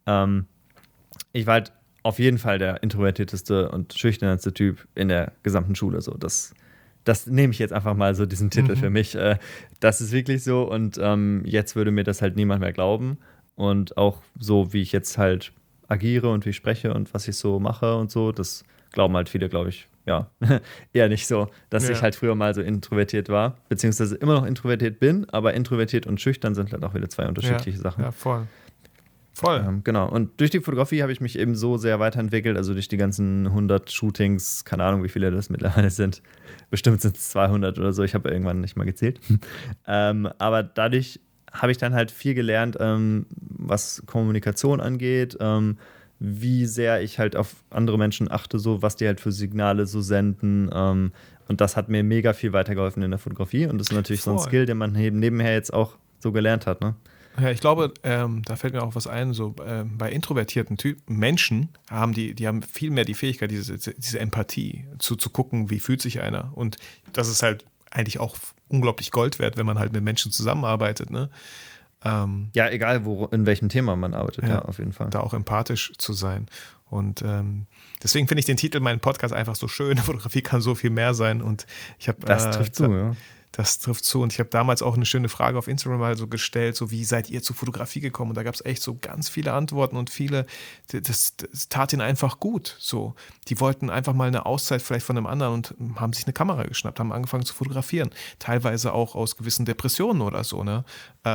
Ich war halt auf jeden Fall der introvertierteste und schüchternste Typ in der gesamten Schule. So, das nehme ich jetzt einfach mal so, diesen Titel für mich. Das ist wirklich so, und jetzt würde mir das halt niemand mehr glauben. Und auch so, wie ich jetzt halt agiere und wie ich spreche und was ich so mache und so, das glauben halt viele, glaube ich, ja, eher nicht so, dass ich halt früher mal so introvertiert war, beziehungsweise immer noch introvertiert bin, aber introvertiert und schüchtern sind halt auch wieder 2 unterschiedliche Sachen. Ja, voll. Genau, und durch die Fotografie habe ich mich eben so sehr weiterentwickelt, also durch die ganzen 100 Shootings, keine Ahnung, wie viele das mittlerweile sind, bestimmt sind es 200 oder so, ich habe irgendwann nicht mal gezählt, aber dadurch habe ich dann halt viel gelernt, was Kommunikation angeht, wie sehr ich halt auf andere Menschen achte, so was die halt für Signale so senden, und das hat mir mega viel weitergeholfen in der Fotografie, und das ist natürlich so ein Skill, den man eben nebenher jetzt auch so gelernt hat, ne? Ja, ich glaube, da fällt mir auch was ein, so bei introvertierten Menschen die haben viel mehr die Fähigkeit, diese Empathie zu gucken, wie fühlt sich einer, und das ist halt eigentlich auch unglaublich Gold wert, wenn man halt mit Menschen zusammenarbeitet, ne? Ja, egal in welchem Thema man arbeitet, ja, auf jeden Fall. Da auch empathisch zu sein. Und deswegen finde ich den Titel meinen Podcast einfach so schön. Fotografie kann so viel mehr sein. Und ich habe das trifft zu, ja. Das trifft zu. Und ich habe damals auch eine schöne Frage auf Instagram mal so gestellt, so wie seid ihr zur Fotografie gekommen? Und da gab es echt so ganz viele Antworten, und viele, das tat ihnen einfach gut. So, die wollten einfach mal eine Auszeit vielleicht von einem anderen und haben sich eine Kamera geschnappt, haben angefangen zu fotografieren. Teilweise auch aus gewissen Depressionen oder so, ne?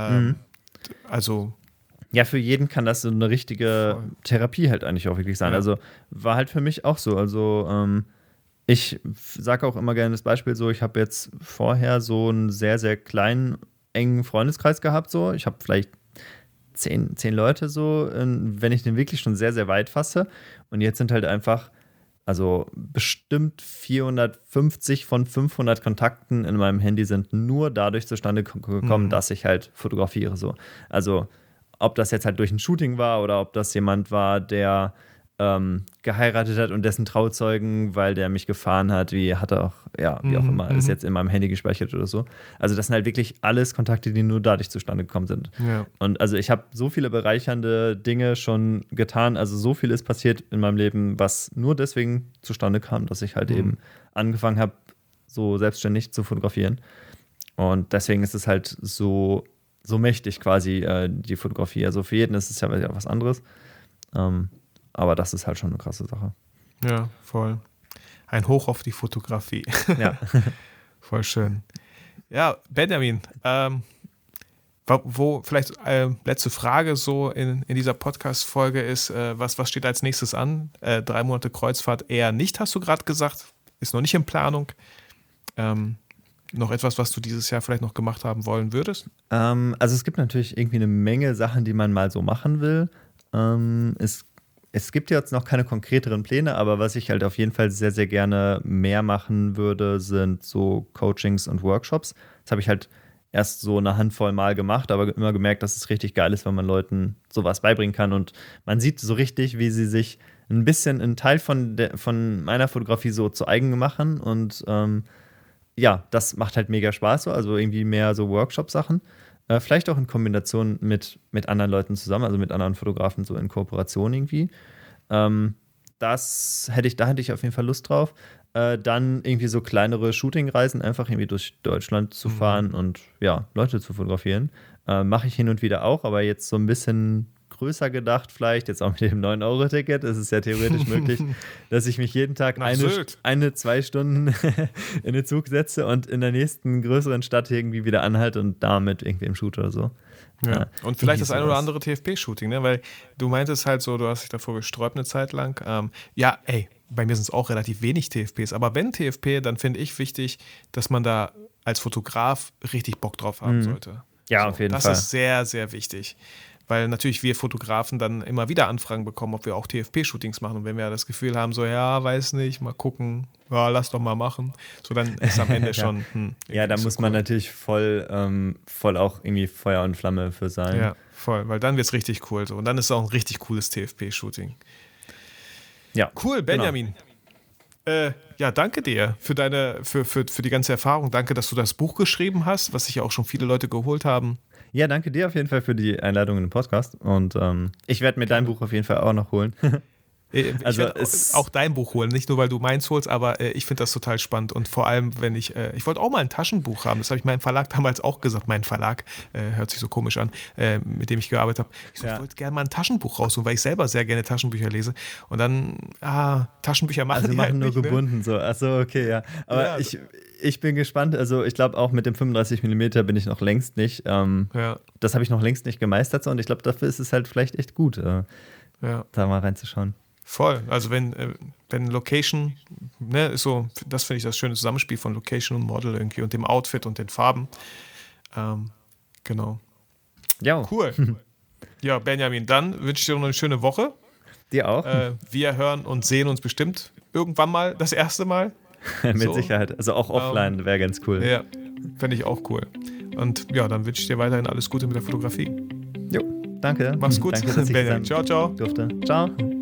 Also ja, für jeden kann das so eine richtige Therapie halt eigentlich auch wirklich sein. Ja. Also war halt für mich auch so. Also ich sage auch immer gerne das Beispiel so, ich habe jetzt vorher so einen sehr, sehr kleinen, engen Freundeskreis gehabt. So. Ich habe vielleicht 10 Leute so, wenn ich den wirklich schon sehr, sehr weit fasse. Und jetzt sind halt einfach, also bestimmt 450 von 500 Kontakten in meinem Handy sind nur dadurch zustande gekommen, dass ich halt fotografiere. So. Also ob das jetzt halt durch ein Shooting war oder ob das jemand war, der geheiratet hat und dessen Trauzeugen, weil der mich gefahren hat, wie auch immer, ist jetzt in meinem Handy gespeichert oder so. Also das sind halt wirklich alles Kontakte, die nur dadurch zustande gekommen sind. Ja. Und also ich habe so viele bereichernde Dinge schon getan, also so viel ist passiert in meinem Leben, was nur deswegen zustande kam, dass ich halt eben angefangen habe, so selbstständig zu fotografieren. Und deswegen ist es halt so mächtig quasi, die Fotografie. Also für jeden ist es ja was anderes. Aber das ist halt schon eine krasse Sache. Ja, voll. Ein Hoch auf die Fotografie. Ja. Voll schön. Ja, Benjamin, vielleicht letzte Frage so in dieser Podcast-Folge ist, was steht als nächstes an? 3 Monate Kreuzfahrt eher nicht, hast du gerade gesagt. Ist noch nicht in Planung. Noch etwas, was du dieses Jahr vielleicht noch gemacht haben wollen würdest? Also es gibt natürlich irgendwie eine Menge Sachen, die man mal so machen will. Es gibt jetzt noch keine konkreteren Pläne, aber was ich halt auf jeden Fall sehr, sehr gerne mehr machen würde, sind so Coachings und Workshops. Das habe ich halt erst so eine Handvoll Mal gemacht, aber immer gemerkt, dass es richtig geil ist, wenn man Leuten sowas beibringen kann. Und man sieht so richtig, wie sie sich ein bisschen einen Teil von meiner Fotografie so zu eigen machen. Und ja, das macht halt mega Spaß, so. Also irgendwie mehr so Workshop-Sachen. Vielleicht auch in Kombination mit anderen Leuten zusammen, also mit anderen Fotografen, so in Kooperation irgendwie. Da hätte ich auf jeden Fall Lust drauf. Dann irgendwie so kleinere Shooting-Reisen, einfach irgendwie durch Deutschland zu fahren und ja, Leute zu fotografieren. Mache ich hin und wieder auch, aber jetzt so ein bisschen größer gedacht vielleicht, jetzt auch mit dem 9-Euro-Ticket, ist es ja theoretisch möglich, dass ich mich jeden Tag 2 Stunden in den Zug setze und in der nächsten größeren Stadt irgendwie wieder anhalte und damit irgendwie im Shoot oder so. Ja. Und vielleicht das ein oder andere TFP-Shooting, ne? Weil du meintest halt so, du hast dich davor gesträubt eine Zeit lang. Bei mir sind es auch relativ wenig TFPs, aber wenn TFP, dann finde ich wichtig, dass man da als Fotograf richtig Bock drauf haben sollte. Ja, auf jeden Fall. Das ist sehr, sehr wichtig. Weil natürlich wir Fotografen dann immer wieder Anfragen bekommen, ob wir auch TFP-Shootings machen. Und wenn wir das Gefühl haben, so, ja, weiß nicht, mal gucken, ja, lass doch mal machen. So, dann ist am Ende schon. Ja, da muss man natürlich voll auch irgendwie Feuer und Flamme für sein. Ja, voll, weil dann wird es richtig cool. So. Und dann ist es auch ein richtig cooles TFP-Shooting. Ja. Cool, Benjamin. Genau. Danke dir für die ganze Erfahrung. Danke, dass du das Buch geschrieben hast, was sich ja auch schon viele Leute geholt haben. Ja, danke dir auf jeden Fall für die Einladung in den Podcast. Und ich werde mir dein Buch auf jeden Fall auch noch holen. Ich werde auch dein Buch holen, nicht nur, weil du meins holst, aber ich finde das total spannend. Und vor allem, wenn ich wollte auch mal ein Taschenbuch haben. Das habe ich meinem Verlag damals auch gesagt. Mein Verlag, hört sich so komisch an, mit dem ich gearbeitet habe. Ich wollte gerne mal ein Taschenbuch rausholen, weil ich selber sehr gerne Taschenbücher lese. Und dann, Taschenbücher machen also die machen halt nur nicht, gebunden so. Achso, okay, ja. Aber ich bin gespannt. Also ich glaube auch mit dem 35mm bin ich noch längst nicht. Das habe ich noch längst nicht gemeistert. So, und ich glaube, dafür ist es halt vielleicht echt gut, da mal reinzuschauen. Voll. Also wenn Location, ne, ist so, das finde ich das schöne Zusammenspiel von Location und Model irgendwie und dem Outfit und den Farben. Genau. Ja. Cool. Ja, Benjamin, dann wünsche ich dir noch eine schöne Woche. Dir auch. Wir hören und sehen uns bestimmt irgendwann mal das erste Mal. Mit Sicherheit. Also auch offline wäre ganz cool. Ja, fände ich auch cool. Und ja, dann wünsche ich dir weiterhin alles Gute mit der Fotografie. Jo, danke. Mach's gut. Danke, dass ich Benjamin. Ciao, ciao. Durfte. Ciao.